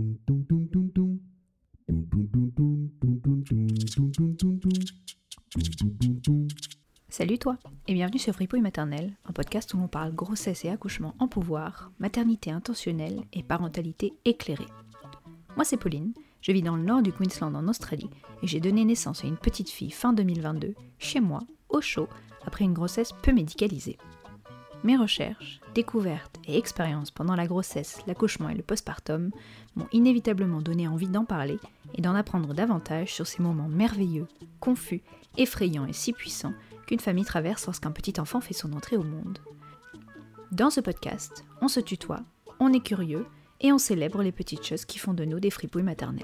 Salut toi et bienvenue sur Fripouille Maternelle, un podcast où l'on parle grossesse et accouchement en pouvoir, maternité intentionnelle et parentalité éclairée. Moi c'est Pauline, je vis dans le nord du Queensland en Australie et j'ai donné naissance à une petite fille fin 2022, chez moi, au chaud, après une grossesse peu médicalisée. Mes recherches, découvertes et expériences pendant la grossesse, l'accouchement et le postpartum m'ont inévitablement donné envie d'en parler et d'en apprendre davantage sur ces moments merveilleux, confus, effrayants et si puissants qu'une famille traverse lorsqu'un petit enfant fait son entrée au monde. Dans ce podcast, on se tutoie, on est curieux et on célèbre les petites choses qui font de nous des fripouilles maternelles.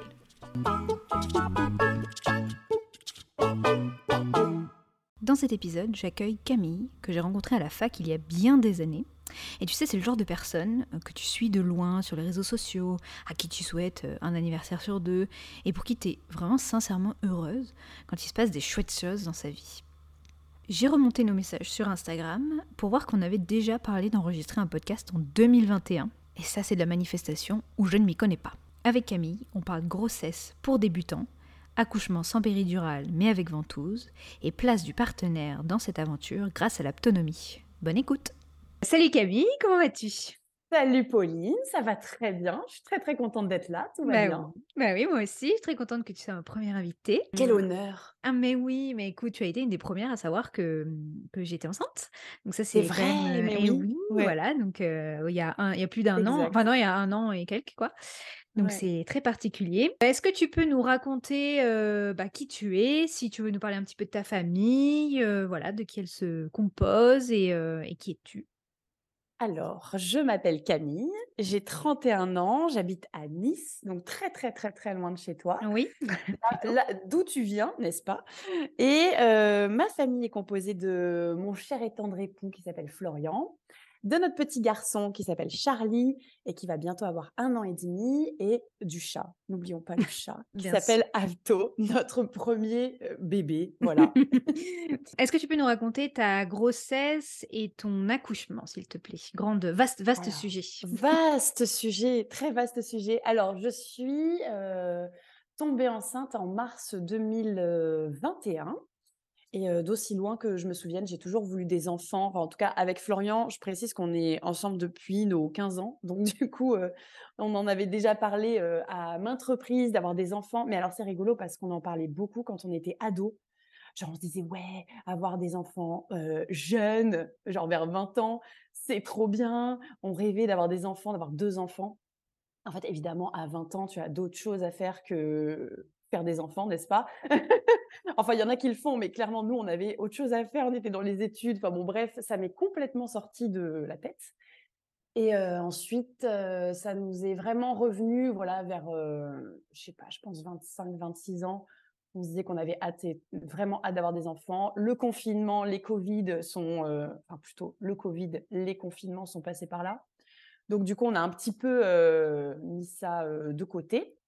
Dans cet épisode, j'accueille Camille, que j'ai rencontrée à la fac il y a bien des années. Et tu sais, c'est le genre de personne que tu suis de loin sur les réseaux sociaux, à qui tu souhaites un anniversaire sur 2, et pour qui tu es vraiment sincèrement heureuse quand il se passe des chouettes choses dans sa vie. J'ai remonté nos messages sur Instagram pour voir qu'on avait déjà parlé d'enregistrer un podcast en 2021, et ça c'est de la manifestation où je ne m'y connais pas. Avec Camille, on parle grossesse pour débutants, accouchement sans péridurale mais avec ventouse, et place du partenaire dans cette aventure grâce à l'autonomie. Bonne écoute. Salut Camille, comment vas-tu? Salut Pauline, ça va très bien. Je suis très très contente d'être là, tout va bien. Oui, moi aussi, je suis très contente que tu sois ma première invitée. Quel honneur! Ah mais oui, mais écoute, tu as été une des premières à savoir que j'étais enceinte. Donc ça C'est c'est quand même vrai, mais et oui, oui, ouais, voilà, donc il y a plus d'un an, exact. enfin non, il y a un an et quelques quoi. Donc Ouais. c'est très particulier. Est-ce que tu peux nous raconter qui tu es, si tu veux nous parler un petit peu de ta famille, voilà, de qui elle se compose et qui es-tu? Alors, je m'appelle Camille, j'ai 31 ans, j'habite à Nice, donc très très très très loin de chez toi, Oui, plutôt. d'où tu viens, n'est-ce pas? Et ma famille est composée de mon cher et tendre époux qui s'appelle Florian, de notre petit garçon qui s'appelle Charlie et qui va bientôt avoir 1 an et demi, et du chat, n'oublions pas le chat, qui Bien sûr. s'appelle Alto, notre premier bébé, voilà. Est-ce que tu peux nous raconter ta grossesse et ton accouchement, s'il te plaît? Vaste Alors, sujet. vaste sujet, très vaste sujet. Alors, je suis tombée enceinte en mars 2021. Et d'aussi loin que je me souvienne, j'ai toujours voulu des enfants. Enfin, en tout cas, avec Florian, je précise qu'on est ensemble depuis nos 15 ans. Donc du coup, on en avait déjà parlé, à maintes reprises d'avoir des enfants. Mais alors, c'est rigolo parce qu'on en parlait beaucoup quand on était ados. Genre, on se disait: «Ouais, avoir des enfants, jeunes, genre vers 20 ans, c'est trop bien». On rêvait d'avoir des enfants, d'avoir 2 enfants. En fait, évidemment, à 20 ans, tu as d'autres choses à faire que faire des enfants, n'est-ce pas? Enfin, il y en a qui le font, mais clairement, nous, on avait autre chose à faire. On était dans les études. Enfin bon, bref, ça m'est complètement sorti de la tête. Et ensuite, ça nous est vraiment revenu, voilà, vers, je sais pas, je pense 25-26 ans. On se disait qu'on avait hâte et vraiment hâte d'avoir des enfants. Le confinement, les Covid sont, enfin plutôt le Covid, les confinements sont passés par là. Donc du coup, on a un petit peu, mis ça, de côté,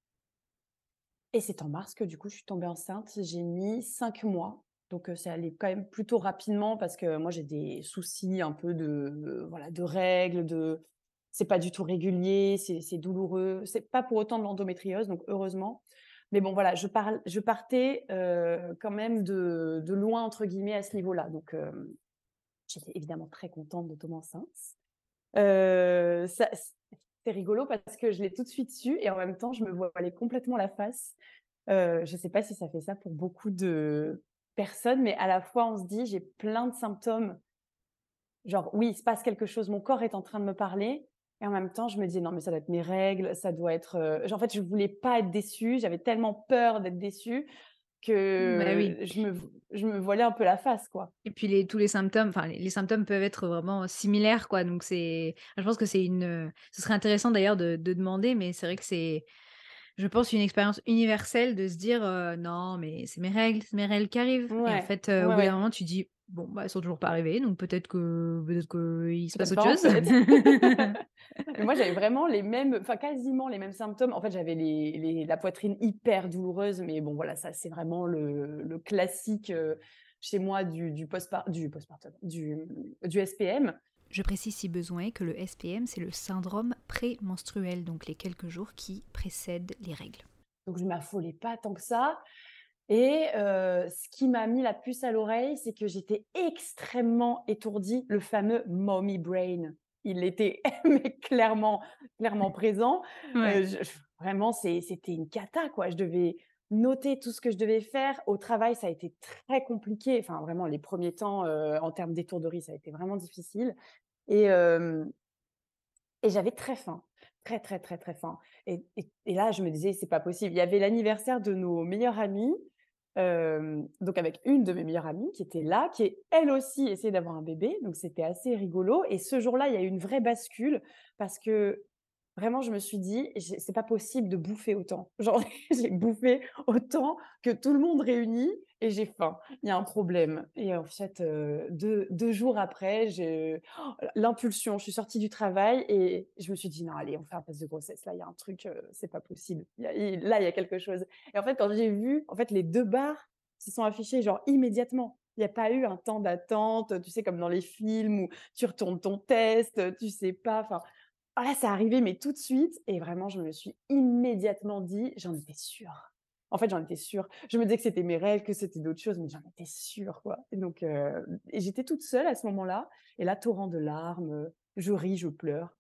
et c'est en mars que du coup, je suis tombée enceinte. J'ai mis 5 mois, donc c'est allé quand même plutôt rapidement parce que moi, j'ai des soucis un peu de, voilà, de règles, c'est pas du tout régulier, c'est douloureux. C'est pas pour autant de l'endométriose, donc heureusement. Mais bon, voilà, je partais, quand même de «loin» entre guillemets à ce niveau-là, donc j'étais évidemment très contente de tomber enceinte. Ça c'est rigolo parce que je l'ai tout de suite su et en même temps, je me voilais complètement la face. Je sais pas si ça fait ça pour beaucoup de personnes, mais à la fois, on se dit: «J'ai plein de symptômes». Genre, oui, il se passe quelque chose, mon corps est en train de me parler, et en même temps, je me disais: «Non, mais ça doit être mes règles, ça doit être», en fait, je voulais pas être déçue, j'avais tellement peur d'être déçue Bah que oui. je me voilais un peu la face, quoi. Et puis tous les symptômes, enfin les symptômes peuvent être vraiment similaires quoi, donc je pense que ce serait intéressant d'ailleurs de demander, mais c'est vrai que c'est, je pense, une expérience universelle de se dire, «Non mais c'est mes règles qui arrivent» et en Ouais, fait, au ouais, bout d'un ouais. moment tu dis: «Bon, bah, elles sont toujours pas arrivées, donc peut-être qu'il se passe Peut-être autre pas, en chose». fait. Mais moi, j'avais vraiment les mêmes, enfin quasiment les mêmes symptômes. En fait, j'avais la poitrine hyper douloureuse, mais bon, voilà, ça, c'est vraiment le classique, chez moi du postpartum, du SPM. Je précise si besoin que le SPM, c'est le syndrome prémenstruel, donc les quelques jours qui précèdent les règles. Donc je m'affolais pas tant que ça et ce qui m'a mis la puce à l'oreille, c'est que j'étais extrêmement étourdie, le fameux mommy brain. Il était mais clairement présent. Ouais. Je vraiment c'était une cata quoi. Je devais noter tout ce que je devais faire. Au travail, ça a été très compliqué. Enfin vraiment les premiers temps, en termes d'étourderie, ça a été vraiment difficile et hem et j'avais très faim, très, très, très, très faim et là, je me disais: «C'est pas possible». Il y avait l'anniversaire de nos meilleures amies, donc avec une de mes meilleures amies qui était là, qui elle aussi essayait d'avoir un bébé, donc c'était assez rigolo et ce jour-là, il y a eu une vraie bascule parce que vraiment, je me suis dit: «C'est pas possible de bouffer autant». Genre, j'ai bouffé autant que tout le monde réuni et j'ai faim. Il y a un problème et en fait, 2 jours après, j'ai l'impulsion. Je suis sortie du travail et je me suis dit: «Non, allez, on fait un test de grossesse. Là, il y a un truc, c'est pas possible. Il y a quelque chose» et en fait, quand j'ai vu, en fait, les 2 barres se sont affichées, genre, immédiatement. Il y a pas eu un temps d'attente, tu sais, comme dans les films où tu retournes ton test, tu sais pas, enfin ah là, c'est arrivé, mais tout de suite et vraiment, je me suis immédiatement dit: «J'en étais sûre». En fait, j'en étais sûre. Je me disais que c'était mes règles, que c'était d'autres choses, mais j'en étais sûre, quoi et donc et j'étais toute seule à ce moment-là et là, torrent de larmes, je ris, je pleure.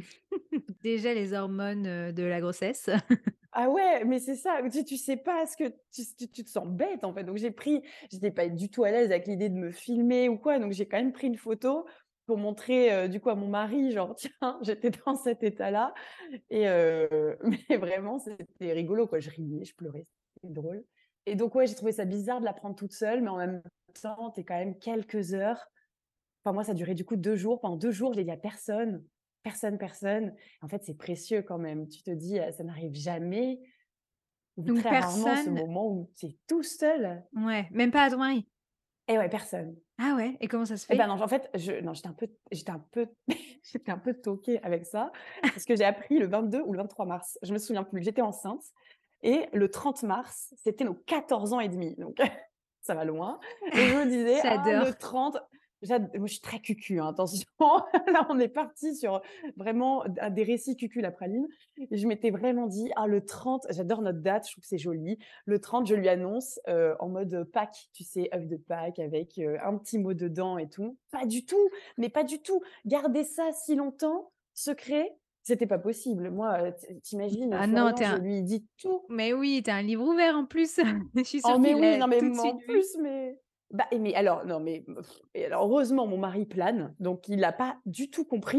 Déjà les hormones de la grossesse. Ah ouais, mais c'est ça, tu sais pas ce que tu te sens bête, en fait, donc j'étais pas du tout à l'aise avec l'idée de me filmer ou quoi, donc j'ai quand même pris une photo pour montrer, du coup, à mon mari, genre: «Tiens, j'étais dans cet état-là» et mais vraiment, c'était rigolo, quoi. Je riais, je pleurais, c'était drôle et donc ouais, j'ai trouvé ça bizarre de la prendre toute seule, mais en même temps, tu es quand même quelques heures. Enfin, moi, ça a duré du coup 2 jours. Pendant 2 jours, je l'ai dit à personne. Personne, personne. En fait, c'est précieux quand même. Tu te dis: «Ça n'arrive jamais ou Donc très rarement ce personne moment où tu es tout seul» ouais, même pas à ton mari? et ouais, personne. Ah ouais? Et comment ça se Et ben fait? non, en fait, non, j'étais un peu j'étais un peu toquée avec ça parce que j'ai appris le 22 ou le 23 mars. Je me souviens plus. J'étais enceinte et le 30 mars, c'était nos 14 ans et demi, donc ça va loin et je me disais: «Ah J'adore. le 30». Moi, je suis très cucu, hein, attention. Là, on est parti sur vraiment des récits cucu la praline et je m'étais vraiment dit: «Ah le 30». J'adore notre date, je trouve que c'est joli. Le 30, je lui annonce, en mode, Pâques, tu sais, œuf de Pâques avec, un petit mot dedans et tout. Pas du tout, mais pas du tout. Garder ça si longtemps, secret, c'était pas possible. Moi, tu Ah non, Florian, tu es je un lui dis tout. mais oui, tu es un livre ouvert en plus. Je suis Oh sûre mais qu'il oui, l'a non mais tout de suite en vu. plus, mais bah et mais alors non mais et alors heureusement mon mari plane, donc il a pas du tout compris.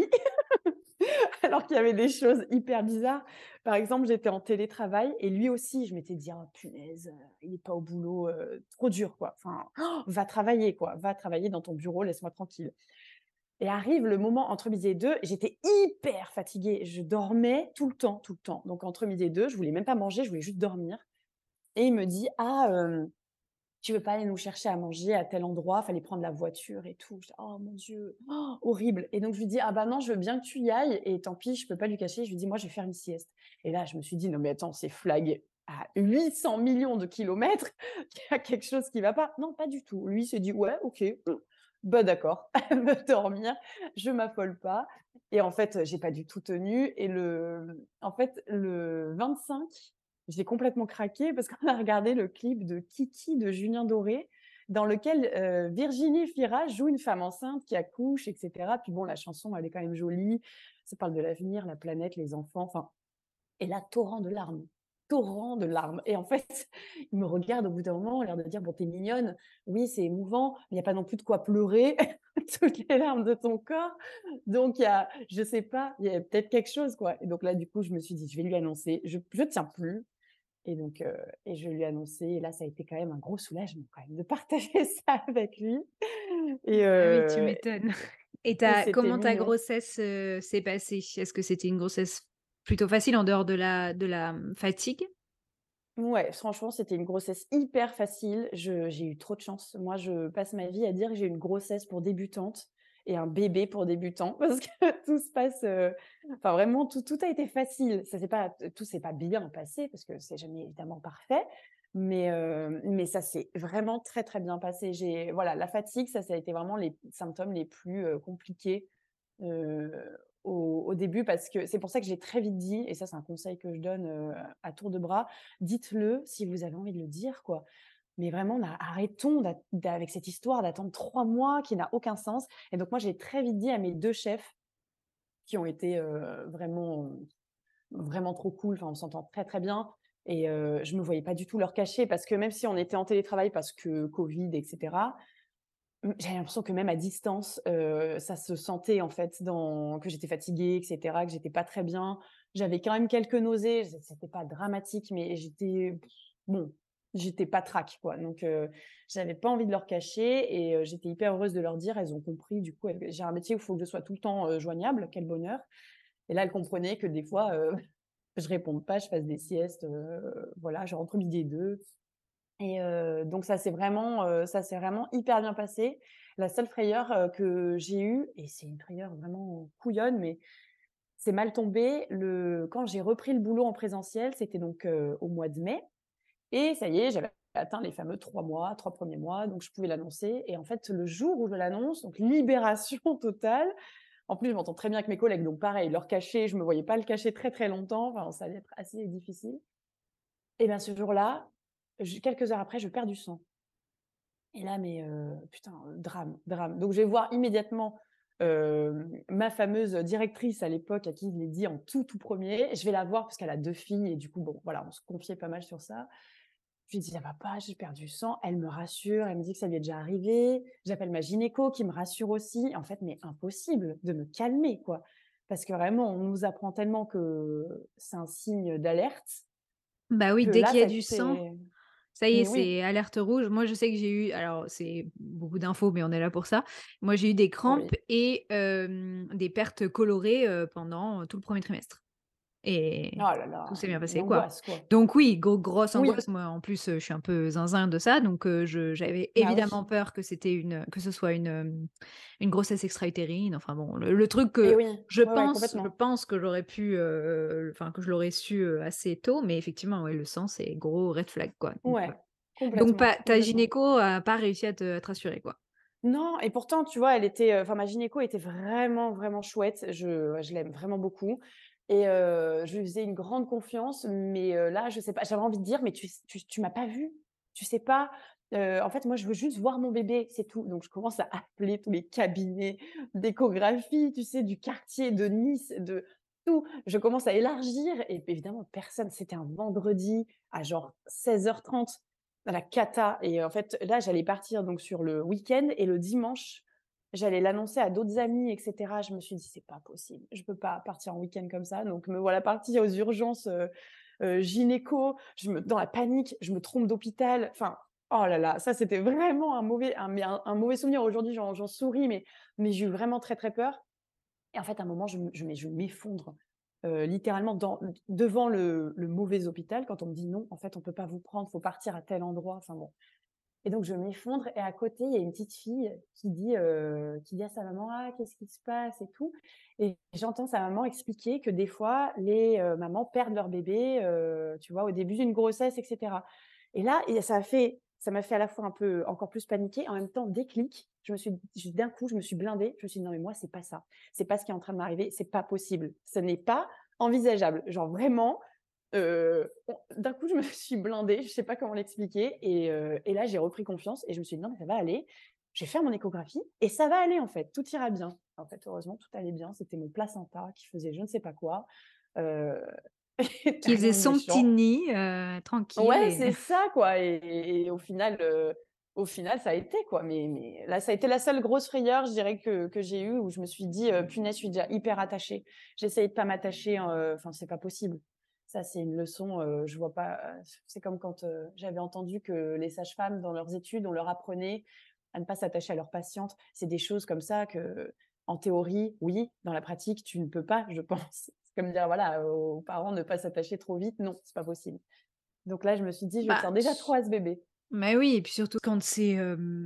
Alors qu'il y avait des choses hyper bizarres. Par exemple, j'étais en télétravail et lui aussi, je m'étais dit: «Oh punaise, il est pas au boulot, trop dur quoi. Enfin, va travailler quoi, va travailler dans ton bureau, laisse-moi tranquille». Et arrive le moment entre midi et 2, j'étais hyper fatiguée, je dormais tout le temps, tout le temps. Donc entre midi et 2, je voulais même pas manger, je voulais juste dormir et il me dit: «Ah, tu veux pas aller nous chercher à manger à tel endroit?» Fallait prendre la voiture et tout. J'étais: «Oh mon Dieu, horrible» et donc je lui dis: «Ah bah non, je veux bien que tu y ailles» et tant pis, je peux pas lui cacher. Je lui dis: «Moi, je vais faire une sieste» et là, je me suis dit: «Non mais attends, c'est flag à 800 millions de kilomètres, il y a quelque chose qui va pas». Non, pas du tout. Lui, il s'est dit: «Ouais, OK, bah d'accord, elle veut dormir, je m'affole pas» et en fait, j'ai pas du tout tenu et en fait, le 25, j'ai complètement craqué parce qu'on a regardé le clip de Kiki de Julien Doré, dans lequel, Virginie Fira joue une femme enceinte qui accouche et cetera. Puis bon, la chanson, elle est quand même jolie. Ça parle de l'avenir, la planète, les enfants, enfin et là, torrent de larmes et en fait, il me regarde au bout d'un moment, l'air de dire: «Bon, tu es mignonne, oui, c'est émouvant, mais il y a pas non plus de quoi pleurer toutes les larmes de ton corps». Donc il y a je sais pas, il y a peut-être quelque chose, quoi et donc là, du coup, je me suis dit: «Je vais lui annoncer». Je tiens plus et donc et je lui ai annoncé et là, ça a été quand même un gros soulagement quand même de partager ça avec lui et Ah oui, tu heu m'étonnes. Et et ta c'était comment ta mignon. grossesse, s'est passée? Est-ce que c'était une grossesse plutôt facile en dehors de fatigue? Ouais, franchement, c'était une grossesse hyper facile. J'ai eu trop de chance. Moi, je passe ma vie à dire que j'ai une grossesse pour débutante et un bébé pour débutant parce que tout se passe, enfin vraiment tout a été facile. Ça s'est pas tout s'est pas bien passé parce que c'est jamais évidemment parfait, mais ça s'est vraiment très, très bien passé. Voilà, la fatigue, ça a été vraiment les symptômes les plus, compliqués heu, au début parce que c'est pour ça que j'ai très vite dit et ça, c'est un conseil que je donne, à tour de bras: «Dites-le si vous avez envie de le dire, quoi». Mais vraiment, arrêtons avec cette histoire d'attendre 3 mois qui n'a aucun sens et donc moi, j'ai très vite dit à mes 2 chefs qui ont été, vraiment trop cool, enfin, on s'entend très, très bien et je me voyais pas du tout leur cacher parce que même si on était en télétravail parce que Covid et cetera, j'avais l'impression que même à distance, ça se sentait en fait dans que j'étais fatiguée et cetera, que j'étais pas très bien. J'avais quand même quelques nausées, c'était pas dramatique, mais bon, j'étais pas trac quoi, donc j'avais pas envie de leur cacher et j'étais hyper heureuse de leur dire. Elles ont compris du coup, j'ai un métier où il faut que je sois tout le temps, joignable, quel bonheur et là, elles comprenaient que des fois, je réponde pas, je fasse des siestes, voilà, genre entre midi et 2. Et donc ça s'est vraiment hyper bien passé. La seule frayeur, que j'ai eue et c'est une frayeur vraiment couillonne, mais c'est mal tombé, quand j'ai repris le boulot en présentiel, c'était donc, au mois de mai et ça y est, j'avais atteint les fameux 3 mois, 3 premiers mois, donc je pouvais l'annoncer et en fait, le jour où je l'annonce, donc libération totale. En plus, je m'entends très bien avec mes collègues, donc pareil, leur cacher, je me voyais pas le cacher très, très longtemps, enfin, ça allait être assez difficile et bien ce jour-là, quelques heures après, je perds du sang. Et là, mais putain, drame, drame. Donc je vais voir immédiatement, ma fameuse directrice à l'époque à qui je l'ai dit en tout, tout 1er. Je vais la voir parce qu'elle a 2 filles et du coup, bon, voilà, on se confiait pas mal sur ça. Je lui dis: «Ça va pas, j'ai perdu du sang». Elle me rassure, elle me dit que ça lui est déjà arrivé. J'appelle ma gynéco qui me rassure aussi. En fait, mais impossible de me calmer, quoi. Parce que vraiment, on nous apprend tellement que c'est un signe d'alerte Bah oui, que dès là, qu'il y a ça a du sang, été ça y est, mais oui, c'est alerte rouge. Moi, je sais que j'ai eu alors c'est beaucoup d'infos, mais on est là pour ça. Moi, j'ai eu des crampes oui. et des pertes colorées, pendant, tout le premier trimestre. Oh Et là tout là, s'est bien une passé, quoi. angoisse, quoi. Donc oui, grosse Oui, angoisse. Moi, en plus, je suis un peu zinzin de ça, donc j'avais bah oui. évidemment peur que ce soit une grossesse extra-utérine. Enfin bon, le truc Et que oui, ouais, ouais, je complètement. pense que j'aurais pu, enfin que je l'aurais su, assez tôt, mais effectivement, ouais, le sang, c'est gros red flag, quoi. Ouais, Donc complètement, pas ta complètement. gynéco a pas réussi à te rassurer, quoi? Non et pourtant, tu vois, elle était, enfin ma gynéco était vraiment, vraiment chouette. Je l'aime vraiment beaucoup et je lui faisais une grande confiance, mais là, je sais pas, j'avais envie de dire: «Mais tu m'as pas vue? Tu sais pas? En fait, moi, je veux juste voir mon bébé, c'est tout». Donc je commence à appeler tous les cabinets d'échographie, tu sais, du quartier, de Nice, de tout. Je commence à élargir et évidemment personne. C'était un vendredi à genre 16h30. La cata et en fait, là, j'allais partir donc sur le week-end et le dimanche, j'allais l'annoncer à d'autres amis et cetera. Je me suis dit: «C'est pas possible, je peux pas partir en week-end comme ça». Donc me voilà partie aux urgences, gynéco. Je me Dans la panique, je me trompe d'hôpital. Enfin, oh là là, ça, c'était vraiment un mauvais souvenir. Aujourd'hui, j'en souris, mais j'ai eu vraiment très, très peur et en fait, à un moment, je m'effondre, littéralement devant le mauvais hôpital quand on me dit: «Non, en fait, on peut pas vous prendre, faut partir à tel endroit». Enfin bon et donc je m'effondre et à côté, il y a une petite fille qui dit à sa maman: «Ah, qu'est-ce qui se passe?» et tout et j'entends sa maman expliquer que des fois, les, mamans perdent leur bébé, tu vois, au début d'une grossesse et cetera et là et ça m'a fait à la fois un peu encore plus paniquer, en même temps déclic. D'un coup, je me suis blindée. Je me suis dit: «Non mais moi, c'est pas ça. C'est pas ce qui est en train de m'arriver, c'est pas possible. Ce n'est pas envisageable». Genre vraiment, d'un coup, je me suis blindée, je sais pas comment l'expliquer et là, j'ai repris confiance et je me suis dit: «Non, mais ça va aller. Je vais faire mon échographie et ça va aller, en fait, tout ira bien». En fait, heureusement, tout allait bien. C'était mon placenta qui faisait je ne sais pas quoi, heu, Qui faisait rien de son petit méchant. nid, tranquille Ouais, et c'est ça, quoi et au final, ça a été, quoi, mais là, ça a été la seule grosse frayeur, je dirais, que j'ai eue où je me suis dit: «Punaise, je suis déjà hyper attachée». J'essayais de pas m'attacher, enfin, c'est pas possible. Ça, c'est une leçon, je vois pas, c'est comme quand, j'avais entendu que les sages-femmes, dans leurs études, on leur apprenait à ne pas s'attacher à leurs patientes. C'est des choses comme ça que, en théorie, oui, dans la pratique, tu ne peux pas, je pense. C'est comme dire, voilà, aux parents: «Ne pas s'attacher trop vite». Non, c'est pas possible. Donc là, je me suis dit: «Je bah, tiens déjà trop à ce bébé». mais oui et puis surtout quand c'est,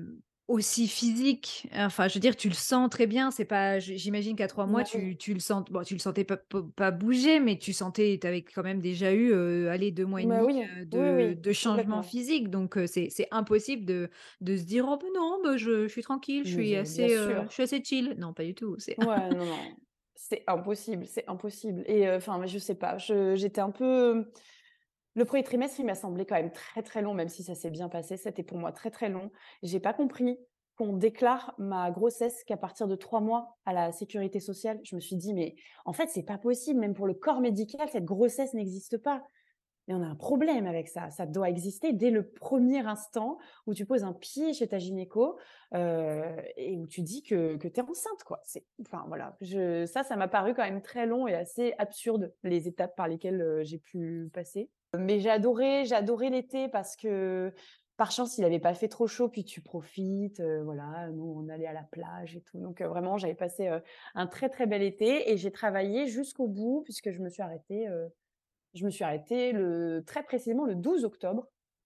aussi physique. Enfin, je veux dire, tu le sens très bien, c'est pas j'imagine qu'à 3 mois, Bah oui, tu le sens bon, tu le sentais pas bouger, mais tu sentais tu avais quand même déjà eu, allez 2 mois et bah demi, oui, oui, de oui, changement complètement. physique, donc c'est impossible de se dire: «Oh ben non, bah, je suis tranquille, Mais bien je sûr. suis assez chill». Non, pas du tout, c'est Ouais, non, non, c'est impossible et enfin, mais je sais pas, je j'étais un peu le premier trimestre, il m'a semblé quand même très, très long, même si ça s'est bien passé. C'était pour moi très, très long. J'ai pas compris qu'on déclare ma grossesse qu'à partir de 3 mois à la sécurité sociale. Je me suis dit: «Mais en fait, c'est pas possible, même pour le corps médical, cette grossesse n'existe pas». Mais on a un problème avec ça. Ça doit exister dès le premier instant où tu poses un pied chez ta gynéco, et où tu dis que tu es enceinte, quoi. C'est enfin, voilà, je ça m'a paru quand même très long et assez absurde, les étapes par lesquelles, j'ai pu passer. Mais j'ai adoré l'été parce que, par chance, il avait pas fait trop chaud, puis tu profites, voilà, nous, on allait à la plage et tout. Donc, vraiment, j'avais passé, un très, très bel été et j'ai travaillé jusqu'au bout puisque je me suis arrêtée très précisément le 12 octobre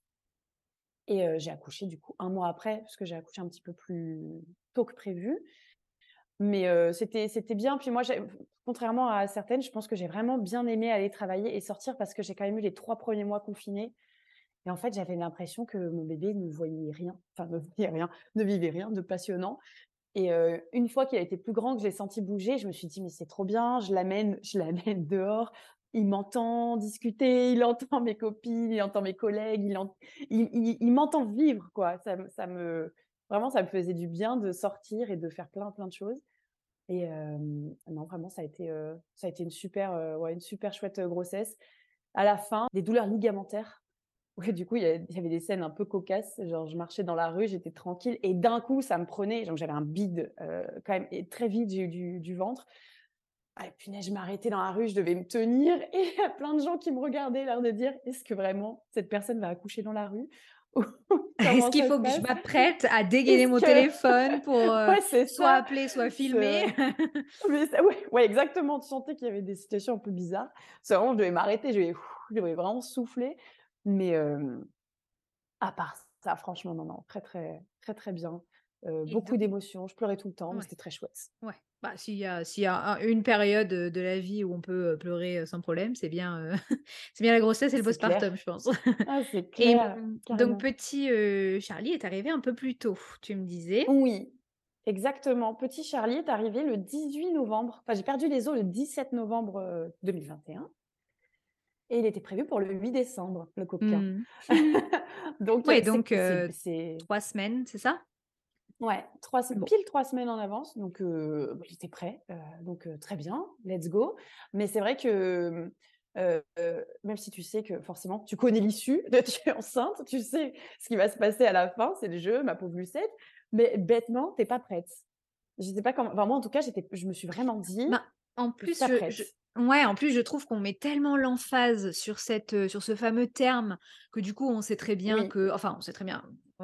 et j'ai accouché du coup un mois après, parce que j'ai accouché un petit peu plus tôt que prévu. Mais c'était bien. Puis moi, contrairement à certaines, je pense que j'ai vraiment bien aimé aller travailler et sortir parce que j'ai quand même eu les 3 premiers mois confinés et en fait, j'avais l'impression que mon bébé ne voyait rien, enfin ne voyait rien, ne vivait rien de passionnant et une fois qu'il a été plus grand, que je l'ai senti bouger, je me suis dit: «Mais c'est trop bien, je l'amène dehors, il m'entend discuter, il entend mes copines, il entend mes collègues, il m'entend vivre quoi». Vraiment, ça me faisait du bien de sortir et de faire plein, plein de choses et non, vraiment, ça a été une super, ouais, une super chouette, grossesse. À la fin, des douleurs ligamentaires. Ouais, du coup, il y avait des scènes un peu cocasses, genre je marchais dans la rue, j'étais tranquille et d'un coup, ça me prenait, donc j'avais un bide, quand même et très vite, j'ai eu du ventre. Ah punaise, je m'arrêtais dans la rue, je devais me tenir et il y a plein de gens qui me regardaient, l'air de dire: «Est-ce que vraiment cette personne va accoucher dans la rue? Ou Est-ce comment qu'il ça se faut que je passe? m'apprête à dégainer Est-ce mon que» téléphone pour, ouais, c'est soit ça, appeler, soit filmer? ce mais ça ouais, ouais, exactement, tu sentais qu'il y avait des situations un peu bizarres. C'est vraiment je devais m'arrêter, je devais vraiment souffler, mais à part ça, franchement, non, non, très, très, très, très bien. Et Beaucoup donc d'émotions, je pleurais tout le temps, mais ouais. c'était très chouette. Ouais, bah, s'il y a une période, de la vie où on peut, pleurer, sans problème, c'est bien, c'est bien la grossesse et le C'est clair. postpartum, je pense. Ah, c'est Et clair, donc carrément. petit, Charlie est arrivé un peu plus tôt, tu me disais? Oui, exactement. Petit Charlie est arrivé le 18 novembre. Enfin, j'ai perdu les os le 17 novembre, 2021 et il était prévu pour le 8 décembre, le coquin. Mmh. Donc, Ouais, donc c'est 3 semaines, c'est ça? ouais, Bon. pile 3 semaines en avance, donc j'étais prêt, donc très bien, let's go. Mais c'est vrai que, même si tu sais que forcément tu connais l'issue, de tu es enceinte, tu sais ce qui va se passer à la fin, c'est le jeu, ma pauvre Lucette, mais bêtement, tu es pas prête. Je sais pas comment enfin moi en tout cas, je me suis vraiment dit: Ben, en «Je suis plus, pas prête». je ouais, en plus, je trouve qu'on met tellement l'emphase sur sur ce fameux terme que du coup, on sait très bien Oui, que enfin, on sait très bien,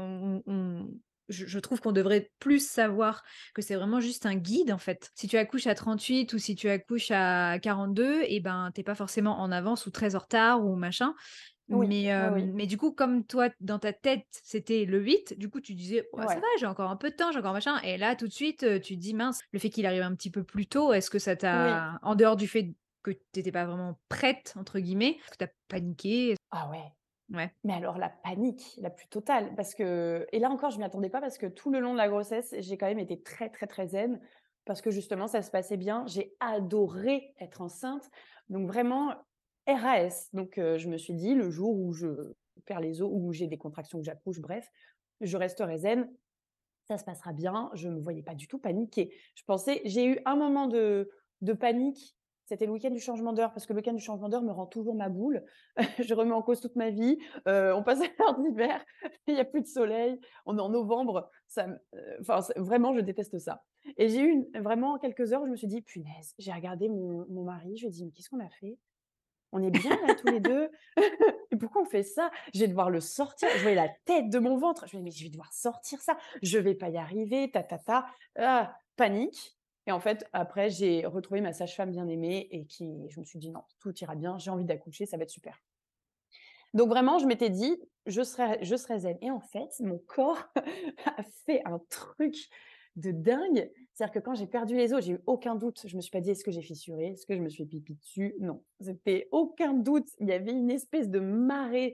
je trouve qu'on devrait plus savoir que c'est vraiment juste un guide, en fait. Si tu accouches à 38 ou si tu accouches à 42 et ben, t'es pas forcément en avance ou très en retard ou machin. oui, oui, oui, Mais du coup, comme toi, dans ta tête, c'était le 8, du coup, tu disais: «Ouais, ça ouais, va, j'ai encore un peu de temps, j'ai encore machin» et là, tout de suite, tu te dis: «Mince, le fait qu'il arrive un petit peu plus tôt, est-ce que ça oui. t'a» en dehors du fait que tu étais pas vraiment «prête» entre guillemets, est-ce que tu as paniqué? Ah ouais. Ouais. Mais alors la panique la plus totale parce que et là encore je m'y attendais pas parce que tout le long de la grossesse, j'ai quand même été très, très, très zen parce que justement ça se passait bien. J'ai adoré être enceinte, donc vraiment RAS. Donc je me suis dit: «Le jour où je perds les os, ou où j'ai des contractions, où j'accouche, bref, je resterai zen, ça se passera bien». Je me voyais pas du tout paniquer. J'ai eu un moment de panique, c'était le week-end du changement d'heure parce que le week-end du changement d'heure me rend toujours ma boule. Je remets en cause toute ma vie. On passe à l'heure d'hiver, il y a plus de soleil, on est en novembre, enfin, c'est vraiment, je déteste ça et j'ai eu vraiment quelques heures où je me suis dit: «Punaise», j'ai regardé mon mari, je lui ai dit: «Mais qu'est-ce qu'on a fait? On est bien là tous les 2 et pourquoi on fait ça? Je vais devoir le sortir». Je voyais la tête de mon ventre. Je me dis: «Mais je vais devoir sortir ça, je vais pas y arriver, ta ta ta». Ah, panique et en fait, après, j'ai retrouvé ma sage-femme bien-aimée et qui je me suis dit: «Non, tout ira bien, j'ai envie d'accoucher, ça va être super». Donc vraiment, je m'étais dit: «Je serai zen» et en fait, mon corps a fait un truc de dingue. C'est-à-dire que quand j'ai perdu les os, j'ai eu aucun doute. Je me suis pas dit: «Est-ce que j'ai fissuré? Est-ce que je me suis pipi dessus?» Non, c'était aucun doute. Il y avait une espèce de marée,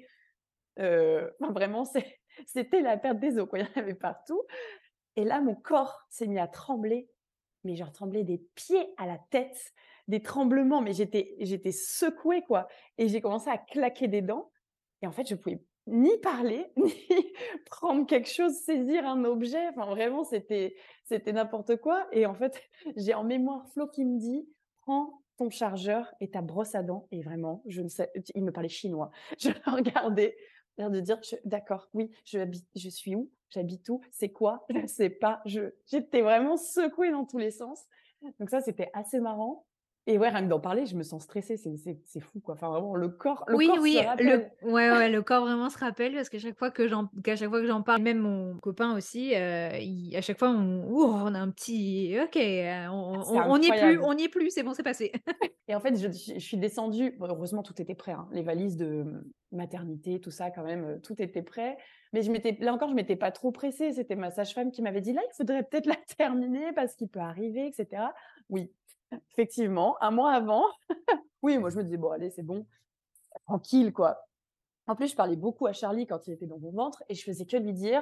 enfin vraiment, c'était la perte des os, quoi. Il y en avait partout et là, mon corps s'est mis à trembler, mais genre trembler des pieds à la tête, des tremblements, mais j'étais secouée, quoi et j'ai commencé à claquer des dents et en fait, je pouvais ni parler, ni prendre quelque chose, saisir un objet. Enfin, vraiment, c'était n'importe quoi et en fait, j'ai en mémoire Flo qui me dit: «Prends ton chargeur et ta brosse à dents» et vraiment, je ne sais il me parlait chinois. Je le regardais, l'air de dire: «D'accord, oui, je suis où? J'habite où? C'est quoi? Je ne sais pas». J'étais vraiment secouée dans tous les sens. Donc ça, c'était assez marrant et ouais, rien que d'en parler, je me sens stressée, c'est fou, quoi. Enfin, vraiment, le Oui, corps se oui, rappelle. ouais, le corps vraiment se rappelle parce qu'à chaque fois que j'en parle, même mon copain aussi, il à chaque fois on a un petit OK, C'est on n'y est plus, incroyable. c'est bon, c'est passé. Et en fait, je suis descendue. Bon, heureusement, tout était prêt, hein. Les valises de, maternité, tout ça quand même, tout était prêt. Mais je m'étais pas trop pressée. C'était ma sage-femme qui m'avait dit: «Là, il faudrait peut-être la terminer parce qu'il peut arriver et cetera». Oui, effectivement, un mois avant, oui, moi je me disais: «Bon allez, c'est bon, tranquille quoi». En plus, je parlais beaucoup à Charlie quand il était dans mon ventre et je faisais que lui dire: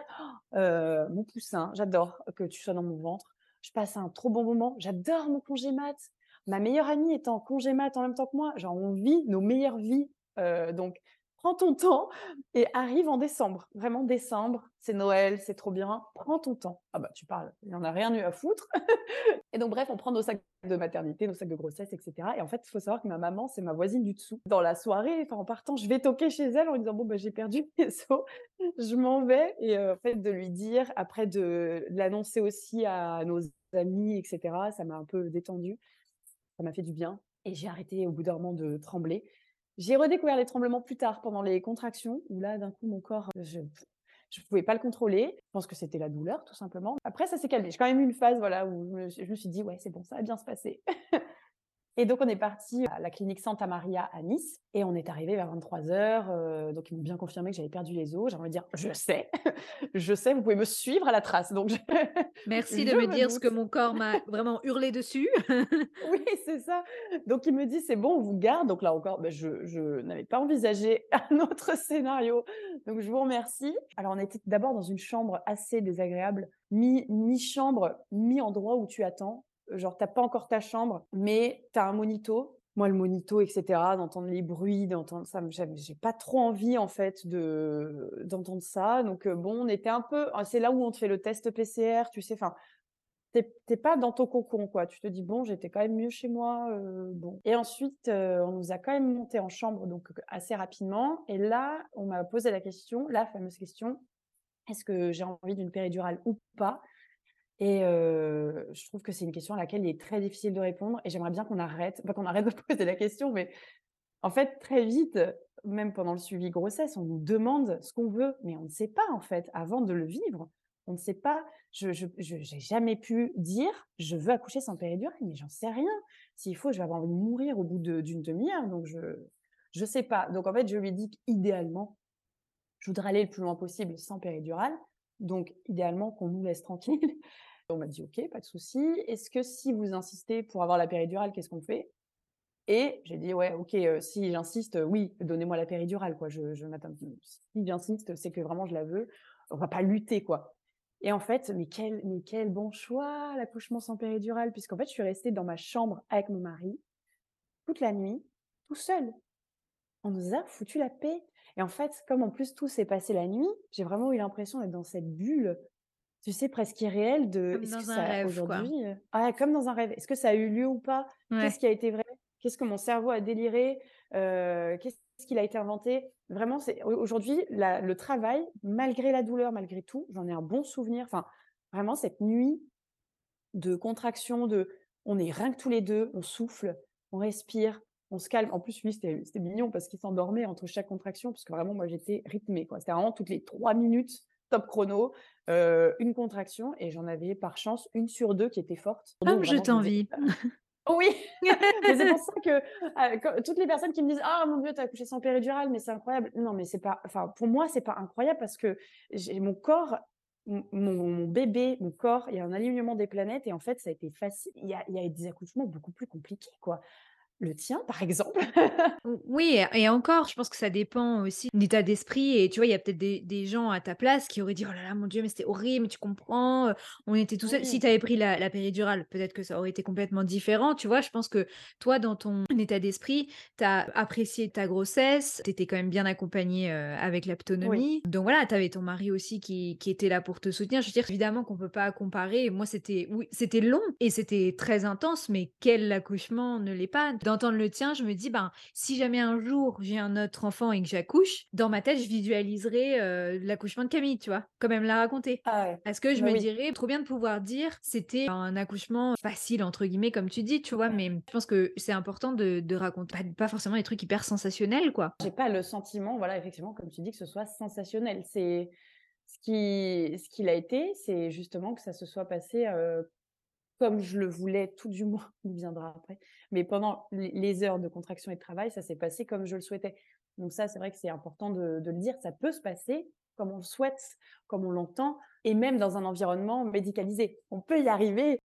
«Mon poussin, j'adore que tu sois dans mon ventre. Je passe un trop bon moment. J'adore mon congé mat. Ma meilleure amie est en congé mat en même temps que moi. Genre, on vit nos meilleures vies, donc prends ton temps et arrive en décembre. Vraiment décembre, c'est Noël, c'est trop bien. Prends ton temps». Ah bah, tu parles, il y en a rien eu à foutre. Et donc bref, on prend nos sacs de maternité, nos sacs de grossesse et cetera et en fait, il faut savoir que ma maman, c'est ma voisine du dessous. Dans la soirée, enfin, en partant, je vais toquer chez elle en lui disant: «Bon, bah, j'ai perdu mes os, je m'en vais» et en fait, de lui dire, après de l'annoncer aussi à nos amis et cetera, ça m'a un peu détendue, ça m'a fait du bien et j'ai arrêté au bout d'un moment de trembler. J'ai redécouvert les tremblements plus tard pendant les contractions où là, d'un coup, mon corps, je pouvais pas le contrôler. Je pense que c'était la douleur, tout simplement. Après, ça s'est calmé. J'ai quand même eu une phase, voilà, où je me suis dit: «Ouais, c'est bon, ça va bien se passer». Et donc on est parti à la clinique Santa Maria à Nice et on est arrivé vers 23:00, donc ils m'ont bien confirmé que j'avais perdu les os. J'ai envie de dire: «Je sais, je sais, vous pouvez me suivre à la trace», donc je Merci de je me me dire ce doute. que mon corps m'a vraiment hurlé dessus. Oui, c'est ça. Donc il me dit: «C'est bon, on vous garde». Donc là encore, bah, je n'avais pas envisagé un autre scénario, donc je vous remercie. Alors on était d'abord dans une chambre assez désagréable, mi-chambre, mi-endroit où tu attends. Genre tu as pas encore ta chambre, mais tu as un monito. Moi, le monito et cetera, d'entendre les bruits, d'entendre ça, j'ai pas trop envie en fait d'entendre ça. Donc bon, on était un peu, c'est là où on te fait le test PCR, tu sais? Enfin, tu pas dans ton cocon, quoi. Tu te dis: «Bon, j'étais quand même mieux chez moi, bon» et ensuite, on nous a quand même montés en chambre, donc assez rapidement et là, on m'a posé la question, la fameuse question: «Est-ce que j'ai envie d'une péridurale ou pas?» et je trouve que c'est une question à laquelle il est très difficile de répondre et j'aimerais bien qu'on arrête pas qu'on arrête de poser la question, mais en fait, très vite, même pendant le suivi grossesse, on nous demande ce qu'on veut, mais on ne sait pas en fait, avant de le vivre. On ne sait pas. J'ai jamais pu dire: «Je veux accoucher sans péridurale», mais j'en sais rien. S'il faut, je vais avoir envie de mourir au bout d'une demi-heure, donc je sais pas. Donc en fait, je lui ai dit qu'idéalement, je voudrais aller le plus loin possible sans péridurale, donc idéalement qu'on nous laisse tranquilles. On m'a dit: «OK, pas de souci. Est-ce que si vous insistez pour avoir la péridurale, qu'est-ce qu'on fait?» Et j'ai dit: «Ouais, OK, si j'insiste, oui, donnez-moi la péridurale, quoi. Je m'attends si j'insiste, c'est que vraiment je la veux. On va pas lutter, quoi» et en fait, mais quel bon choix, l'accouchement sans péridurale, puisqu'en fait, je suis restée dans ma chambre avec mon mari toute la nuit, tout seul. On nous a foutu la paix et en fait, comme en plus tout s'est passé la nuit, j'ai vraiment eu l'impression d'être dans cette bulle, tu sais, presque irréelle de: Comme «Est-ce que dans un ça rêve, quoi. aujourd'hui, ah, comme dans un rêve. Est-ce que ça a eu lieu ou pas? Qu'est-ce Ouais. qui a été vrai? Qu'est-ce que mon cerveau a déliré? Qu'est-ce qu'il a été inventé?» Vraiment, c'est aujourd'hui, le travail, malgré la douleur, malgré tout, j'en ai un bon souvenir. Enfin, vraiment cette nuit de contraction, on est rien que tous les 2, on souffle, on respire, on se calme. En plus, lui, c'était mignon parce qu'il s'endormait entre chaque contraction, parce que vraiment, moi, j'étais rythmée, quoi. C'était vraiment toutes les 3 minutes, top chrono, une contraction et j'en avais par chance une sur 2 qui était forte. Comme Donc je vraiment, je me disais: t'envie. Oui, mais c'est pour ça que, quand toutes les personnes qui me disent: «Ah mon Dieu, tu as accouché sans péridurale, mais c'est incroyable». Non, mais c'est pas enfin, pour moi, c'est pas incroyable parce que j'ai mon corps, mon bébé, mon corps, il y a un alignement des planètes et en fait, ça a été facile. Il y a des accouchements beaucoup plus compliqués, quoi. Le tien, par exemple. Oui et encore, je pense que ça dépend aussi de l'état d'esprit et tu vois, il y a peut-être des gens à ta place qui auraient dit: «Oh là là, mon Dieu, mais c'était horrible, mais tu comprends, on était tout seuls». Si Oui, tu avais pris la péridurale, peut-être que ça aurait été complètement différent, tu vois? Je pense que toi, dans ton état d'esprit, tu as apprécié ta grossesse, tu étais quand même bien accompagnée, avec oui. l'autonomie. Donc voilà, tu avais ton mari aussi qui était là pour te soutenir. Je veux dire, évidemment qu'on peut pas comparer. Moi, c'était oui, c'était long et c'était très intense, mais quel accouchement ne l'est pas? D'entendre le tien, je me dis: «Ben, si jamais un jour j'ai un autre enfant et que j'accouche, dans ma tête, je visualiserai, l'accouchement de Camille, tu vois? Comme elle me l'a raconté. Ah ouais. Parce que je Bah me oui. dirais: «Trop bien de pouvoir dire, c'était un accouchement "facile" entre guillemets comme tu dis», tu vois? Mais je pense que c'est important de raconter pas forcément des trucs hyper sensationnels, quoi. J'ai pas le sentiment, voilà, effectivement, comme tu dis, que ce soit sensationnel. C'est ce qu'il a été, c'est justement que ça se soit passé, comme je le voulais, tout du moins, il viendra après. Mais pendant les heures de contraction et de travail, ça s'est passé comme je le souhaitais. Donc ça, c'est vrai que c'est important de le dire. Ça peut se passer comme on le souhaite, comme on l'entend et même dans un environnement médicalisé. On peut y arriver.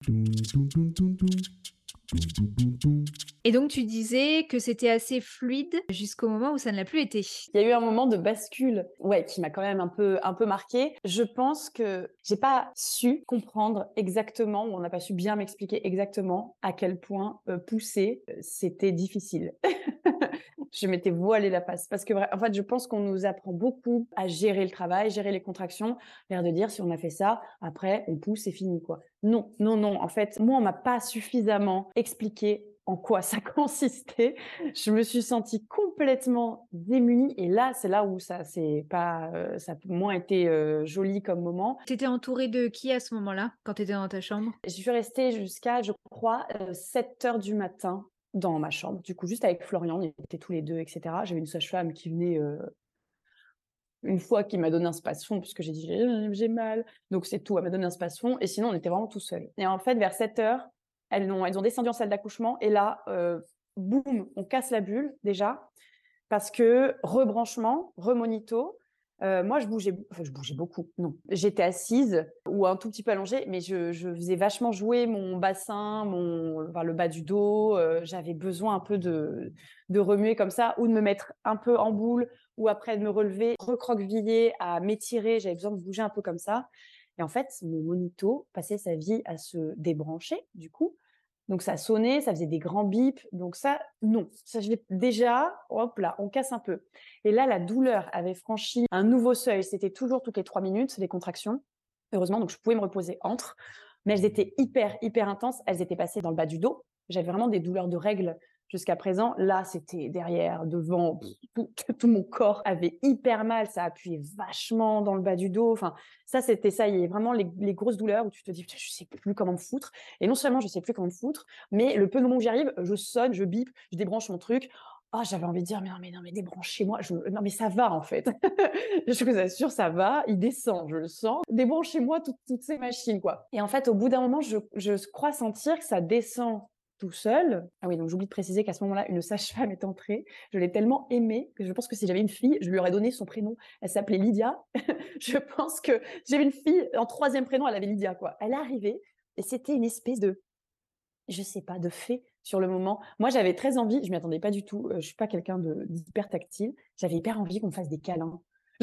Et donc tu disais que c'était assez fluide jusqu'au moment où ça ne l'a plus été? Il y a eu un moment de bascule, ouais, qui m'a quand même un peu marquée. Je pense que j'ai pas su comprendre exactement, ou on n'a pas su bien m'expliquer exactement à quel point, pousser, c'était difficile. Je m'étais voilée la face parce que en fait, je pense qu'on nous apprend beaucoup à gérer le travail, gérer les contractions, l'air de dire: «Si on a fait ça, après on pousse, c'est fini, quoi». Non, non, non, en fait, moi, on m'a pas suffisamment expliqué en quoi ça consistait. Je me suis sentie complètement démunie et là, c'est là où ça a moins été, joli comme moment. Tu étais entourée de qui à ce moment-là, quand tu étais dans ta chambre? Je suis restée jusqu'à, je crois, 7 heures du matin dans ma chambre. Du coup, juste avec Florian, on était tous les 2, et cetera. J'avais une sage-femme qui venait, une fois, qui m'a donné un space-fond parce que j'ai dit: «J'ai mal». Donc c'est tout, elle m'a donné un space-fond et sinon on était vraiment tout seuls et en fait, vers 7 heures, elles ont descendu en salle d'accouchement et là, boum, on casse la bulle déjà. Parce que rebranchement, remonito, moi je bougeais beaucoup, non. J'étais assise ou un tout petit peu allongée, mais je faisais vachement jouer mon bassin, le bas du dos, j'avais besoin un peu de remuer comme ça ou de me mettre un peu en boule ou après de me relever, recroqueviller, à m'étirer, j'avais besoin de bouger un peu comme ça et en fait, mon monito passait sa vie à se débrancher, du coup, donc ça sonnait, ça faisait des grands bips, donc ça, non. Ça, je l'ai déjà, hop là, on casse un peu. Et là, la douleur avait franchi un nouveau seuil. C'était toujours toutes les 3 minutes, les contractions. Heureusement, donc je pouvais me reposer entre, mais elles étaient hyper, hyper intenses. Elles étaient passées dans le bas du dos. J'avais vraiment des douleurs de règles jusqu'à présent. Là, c'était derrière, devant, tout mon corps avait hyper mal. Ça appuyait vachement dans le bas du dos. Enfin, ça, c'était ça. Il y a vraiment les grosses douleurs où tu te dis: «Putain, je sais plus comment me foutre». Et non seulement je sais plus comment me foutre, mais le peu de moment où j'y arrive, je sonne, je bip, je débranche mon truc. Ah, j'avais envie de dire: «Mais non, mais non, mais débranchez-moi». Non, mais ça va en fait. Je vous assure, ça va, il descend, je le sens. Débranchez-moi toutes ces machines, quoi. Et en fait, au bout d'un moment, je crois sentir que ça descend tout seul. Ah oui, donc j'oublie de préciser qu'à ce moment-là, une sage-femme est entrée. Je l'ai tellement aimée que je pense que si j'avais une fille, je lui aurais donné son prénom. Elle s'appelait Lydia. Je pense que j'avais une fille, en troisième prénom, elle avait Lydia, quoi. Elle est arrivée et c'était une espèce de, je sais pas, de fée sur le moment. Moi, j'avais très envie, je m'y attendais pas du tout, je suis pas quelqu'un d'hyper tactile. J'avais hyper envie qu'on me fasse des câlins.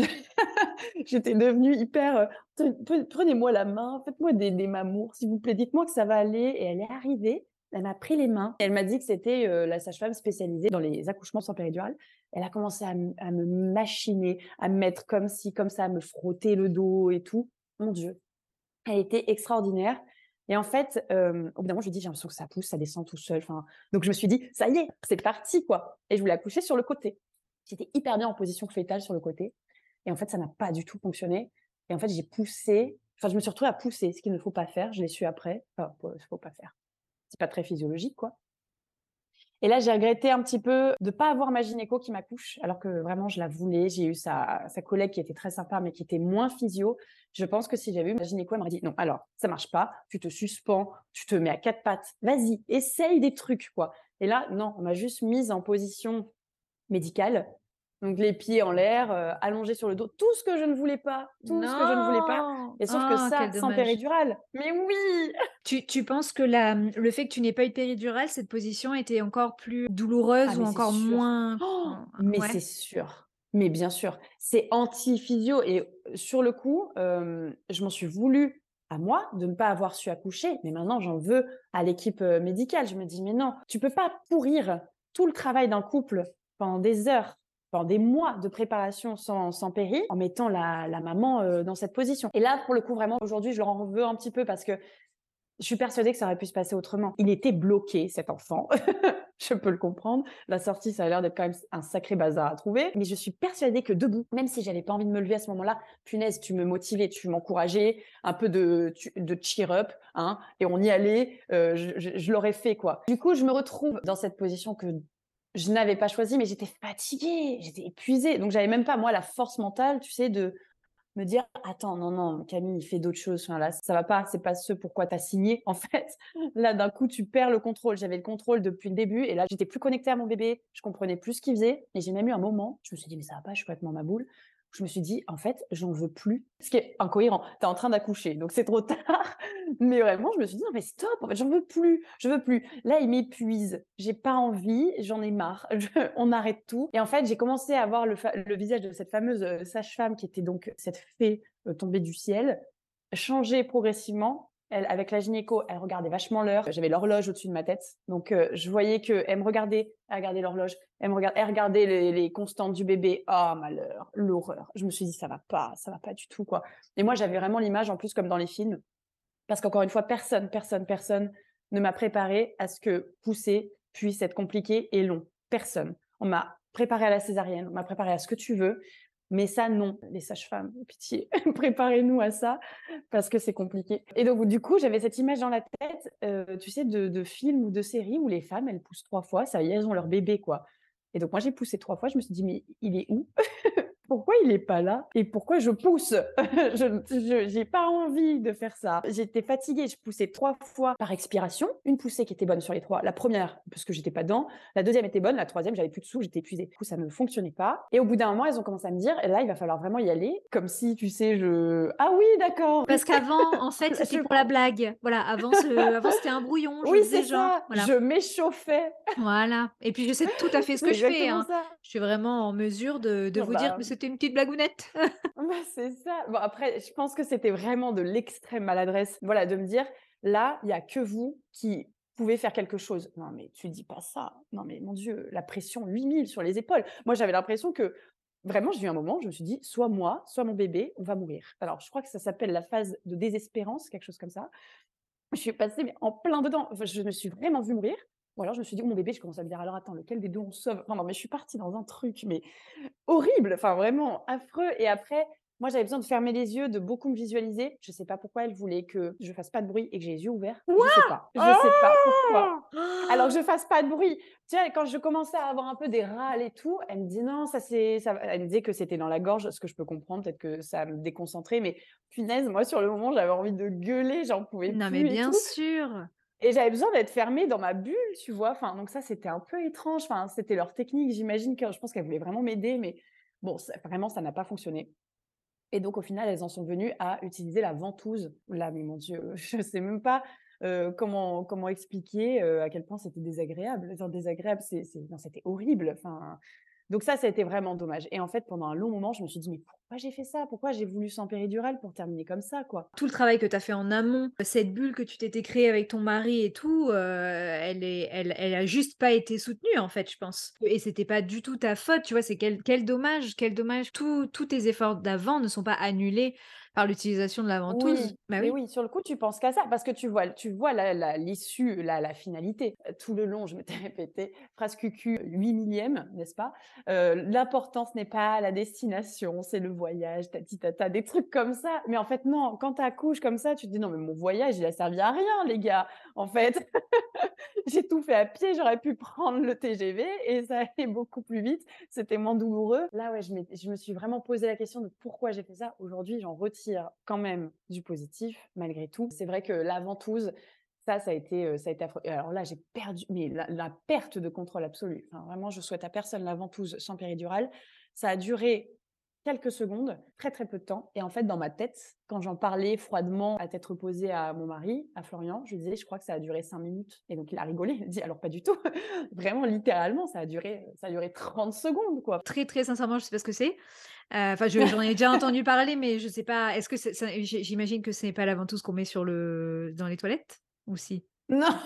J'étais devenue hyper, «Prenez-moi la main, faites-moi des mamours, s'il vous plaît, dites-moi que ça va aller» et elle est arrivée, elle m'a pris les mains et elle m'a dit que c'était, la sage-femme spécialisée dans les accouchements sans péridurale. Elle a commencé à me machiner, à me mettre comme ci, comme ça, à me frotter le dos et tout. Mon Dieu, elle était extraordinaire et en fait, au bout d'un moment, je lui ai dit: «J'ai l'impression que ça pousse, ça descend tout seul», enfin, donc je me suis dit: «Ça y est, c'est parti, quoi» et je voulais accoucher sur le côté. J'étais hyper bien en position fœtale sur le côté et en fait, ça n'a pas du tout fonctionné et en fait, j'ai poussé, enfin, je me suis retrouvée à pousser, ce qu'il ne faut pas faire. Je l'ai su après, enfin, faut pas faire. C'est pas très physiologique, quoi Et là, j'ai regretté un petit peu de pas avoir ma gynéco qui m'accouche, alors que vraiment je la voulais. J'ai eu sa collègue qui était très sympa, mais qui était moins physio. Je pense que si j'avais eu ma gynéco, elle m'aurait dit: «Non, alors ça marche pas, tu te suspends, tu te mets à 4 pattes, vas-y, essaye des trucs, quoi». Et là, non, on m'a juste mise en position médicale, donc les pieds en l'air, allongée sur le dos, tout ce que je ne voulais pas, tout ce que je ne voulais pas. Non! Et sauf que Oh, ça, quel sans dommage. péridurale, mais oui! Tu penses que le fait que tu n'aies pas eu de péridurale, cette position était encore plus Ah douloureuse ou mais c'est encore sûr. moins Oh, enfin, mais ouais? c'est sûr. Mais bien sûr, c'est anti-physio et sur le coup, je m'en suis voulu à moi de ne pas avoir su accoucher, mais maintenant j'en veux à l'équipe, médicale. Je me dis: «Mais non, tu peux pas pourrir tout le travail d'un couple pendant des heures, pendant des mois de préparation sans péri, en mettant la maman, dans cette position». Et là, pour le coup, vraiment, aujourd'hui, je leur en veux un petit peu parce que je suis persuadée que ça aurait pu se passer autrement. Il était bloqué, cet enfant. Je peux le comprendre. La sortie, ça a l'air d'être quand même un sacré bazar à trouver. Mais je suis persuadée que debout, même si j'avais pas envie de me lever à ce moment-là, punaise, tu me motivais, tu m'encourageais, un peu de cheer up, hein, et on y allait. Je l'aurais fait, quoi. Du coup, je me retrouve dans cette position que je n'avais pas choisie, mais j'étais fatiguée, j'étais épuisée. Donc, j'avais même pas, moi, la force mentale, tu sais, de me dire: «Attends, non, non, Camille, fais d'autres choses. Enfin là, ça va pas, c'est pas ce pourquoi tu as signé». En fait, là, d'un coup, tu perds le contrôle. J'avais le contrôle depuis le début et là, j'étais plus connectée à mon bébé. Je comprenais plus ce qu'il faisait et j'ai même eu un moment, je me suis dit: «Mais ça va pas, je suis complètement ma boule». Je me suis dit: «En fait, j'en veux plus». Ce qui est incohérent. Tu es en train d'accoucher, donc c'est trop tard. Mais vraiment, je me suis dit: «Non mais stop, en fait, j'en veux plus, je veux plus. Là, il m'épuise. J'ai pas envie, j'en ai marre. On arrête tout». Et en fait, j'ai commencé à voir le visage de cette fameuse, sage-femme qui était donc cette fée, tombée du ciel, changer progressivement. Elle, avec la gynéco, elle regardait vachement l'heure. J'avais l'horloge au-dessus de ma tête, donc je voyais qu'elle me regardait, elle regardait l'horloge, elle regardait les constantes du bébé. Oh malheur, l'horreur. Je me suis dit: ça va pas du tout, quoi». Et moi, j'avais vraiment l'image, en plus, comme dans les films, parce qu'encore une fois, personne ne m'a préparée à ce que pousser puisse être compliqué et long. Personne. On m'a préparée à la césarienne, on m'a préparée à ce que tu veux, mais ça, non. Les sages-femmes, pitié, préparez-nous à ça parce que c'est compliqué. Et donc, du coup, j'avais cette image dans la tête, tu sais, de films ou de séries où les femmes, elles poussent 3 fois, ça y est, elles ont leur bébé, quoi. Et donc moi, j'ai poussé 3 fois, je me suis dit: «Mais il est où? Pourquoi il est pas là et pourquoi je pousse?» Je j'ai pas envie de faire ça. J'étais fatiguée, je poussais 3 fois par expiration. Une poussée qui était bonne sur les 3. La première parce que j'étais pas dedans, la deuxième était bonne, la troisième j'avais plus de sous, j'étais épuisée. Du coup, ça ne fonctionnait pas et au bout d'un moment, elles ont commencé à me dire: «Là, il va falloir vraiment y aller», comme si, tu sais, je «Ah oui, d'accord!» Parce qu'avant, en fait, Là, c'était pour la blague. Voilà, avant c'était un brouillon, je Oui, c'est faisais genre, ça, voilà. je m'échauffais. Voilà et puis je sais tout à fait ce C'est que je fais, exactement hein. ça. Je suis vraiment en mesure de Non, vous dire bah que c'était une petite blagounette. bah, c'est ça. Bon après, je pense que c'était vraiment de l'extrême maladresse, voilà, de me dire: «Là, il y a que vous qui pouvez faire quelque chose». Non mais tu dis pas ça. Non mais mon Dieu, la pression 8000 sur les épaules. Moi, j'avais l'impression que vraiment, j'ai eu un moment, je me suis dit: «Soit moi, soit mon bébé, on va mourir». Alors je crois que ça s'appelle la phase de désespérance, quelque chose comme ça. Je suis passée mais en plein dedans. Enfin, je me suis vraiment vue mourir ou alors je me suis dit: «Oh mon bébé», je commence à me dire: «Alors attends, lequel des 2 on sauve?» Enfin non mais je suis partie dans un truc mais horrible, enfin vraiment affreux. Et après, moi, j'avais besoin de fermer les yeux, de beaucoup me visualiser. Je sais pas pourquoi elle voulait que je fasse pas de bruit et que j'ai les yeux ouverts. Je sais pas. Je sais pas pourquoi. Alors que je fasse pas de bruit. Tu vois, quand je commençais à avoir un peu des râles et tout, elle me dit: «Non, ça c'est ça va». Elle me disait que c'était dans la gorge, ce que je peux comprendre, peut-être que ça me déconcentrait, mais punaise, moi, sur le moment, j'avais envie de gueuler, j'en pouvais Non mais plus et bien tout. sûr. Et j'avais besoin d'être fermée dans ma bulle, tu vois? Enfin, donc ça, c'était un peu étrange. Enfin, c'était leur technique, j'imagine que je pense qu'elles voulaient vraiment m'aider, mais bon, ça vraiment, ça n'a pas fonctionné. Et donc au final, elles en sont venues à utiliser la ventouse. Là, mais mon Dieu, je sais même pas, comment expliquer, à quel point c'était désagréable. Enfin désagréable, c'est non, c'était horrible, enfin, donc ça a été vraiment dommage. Et en fait, pendant un long moment, je me suis dit: «Mais pourquoi j'ai fait ça? Pourquoi j'ai voulu sans péridurale pour terminer comme ça, quoi?» Tout le travail que tu as fait en amont, cette bulle que tu t'étais créée avec ton mari et tout, elle a juste pas été soutenue, en fait, je pense. Et c'était pas du tout ta faute, tu vois? C'est quel dommage, quel dommage. Tous tes efforts d'avant ne sont pas annulés par l'utilisation de la ventouse. Oui, Bah mais oui. oui, sur le coup, tu penses qu'à ça parce que tu vois la l'issue, la finalité. Tout le long, je m'étais répétée, phrase cucu 8 millième, n'est-ce pas? L'important, ce n'est pas la destination, c'est le voyage, tati tata, des trucs comme ça. Mais en fait, non, quand tu accouches comme ça, tu te dis: «Non, mais mon voyage, il a servi à rien, les gars, en fait». J'ai tout fait à pied, j'aurais pu prendre le TGV et ça allait beaucoup plus vite, c'était moins douloureux. Là, ouais, je me suis vraiment posé la question de pourquoi j'ai fait ça. Aujourd'hui, j'en retire quand même du positif malgré tout. C'est vrai que la ventouse, ça a été affreux et alors là, j'ai perdu mais la perte de contrôle absolue. Enfin, vraiment, je souhaite à personne la ventouse sans péridurale. Ça a duré quelques secondes, très, très peu de temps et en fait, dans ma tête, quand j'en parlais froidement à tête reposée à mon mari, à Florian, je lui disais: «Je crois que ça a duré 5 minutes» et donc il a rigolé, il a dit: «Alors pas du tout, vraiment littéralement, ça a duré 30 secondes, quoi». Très, très sincèrement, je sais pas ce que c'est. Enfin, je j'en ai déjà entendu parler, mais je sais pas, est-ce que c'est ça j'imagine que ce n'est pas la ventouse qu'on met sur le dans les toilettes? Ou si? Non,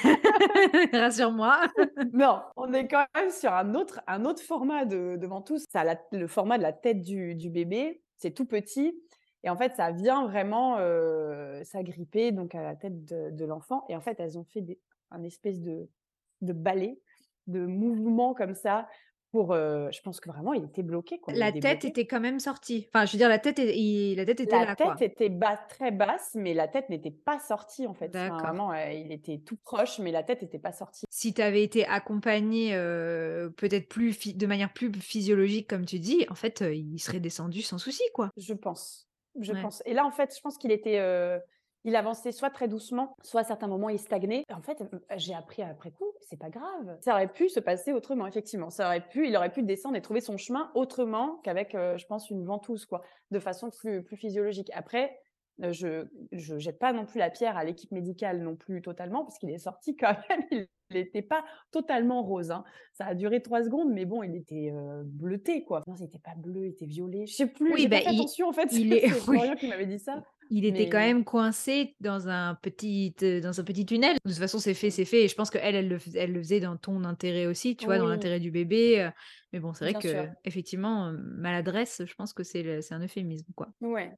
Rassure-moi. non, on est quand même sur un autre format de ventouse. Ça a le format de la tête du bébé, c'est tout petit et en fait, ça vient vraiment, s'agripper donc à la tête de l'enfant et en fait, elles ont fait un espèce de ballet, de mouvement comme ça pour, je pense que vraiment il était bloqué quoi, il La était tête bloqué. était quand même sortie? Enfin, je veux dire la tête était La là, quoi? tête était très basse, mais la tête n'était pas sortie en fait. Enfin D'accord. vraiment, il était tout proche, mais la tête était pas sortie. Si tu avais été accompagnée, peut-être de manière plus physiologique comme tu dis, en fait, il serait descendu sans souci, quoi? Je pense, je Ouais. pense et là, en fait, je pense qu'il était, il avançait soit très doucement, soit à certains moments, il stagnait. En fait, j'ai appris après coup, c'est pas grave. Ça aurait pu se passer autrement, effectivement. Il aurait pu descendre et trouver son chemin autrement qu'avec, je pense, une ventouse, quoi, de façon plus physiologique. Après, je jette pas non plus la pierre à l'équipe médicale non plus totalement, parce qu'il est sorti quand même, il était pas totalement rose, hein. Ça a duré 3 secondes, mais bon, il était, bleuté, quoi. Non, il était pas bleu, il était violet. Je sais plus, Oui, j'ai pas bah, fait attention, en fait, il est c'est oui. Florian qui m'avait dit ça, Il était quand mais même coincé dans un petit tunnel. De toute façon, c'est fait et je pense qu'elle, elle le faisait dans ton intérêt aussi, tu vois? Dans oui, l'intérêt du bébé, mais bon, c'est vrai bien sûr. qu'effectivement, maladresse, je pense que c'est un euphémisme, quoi. Ouais.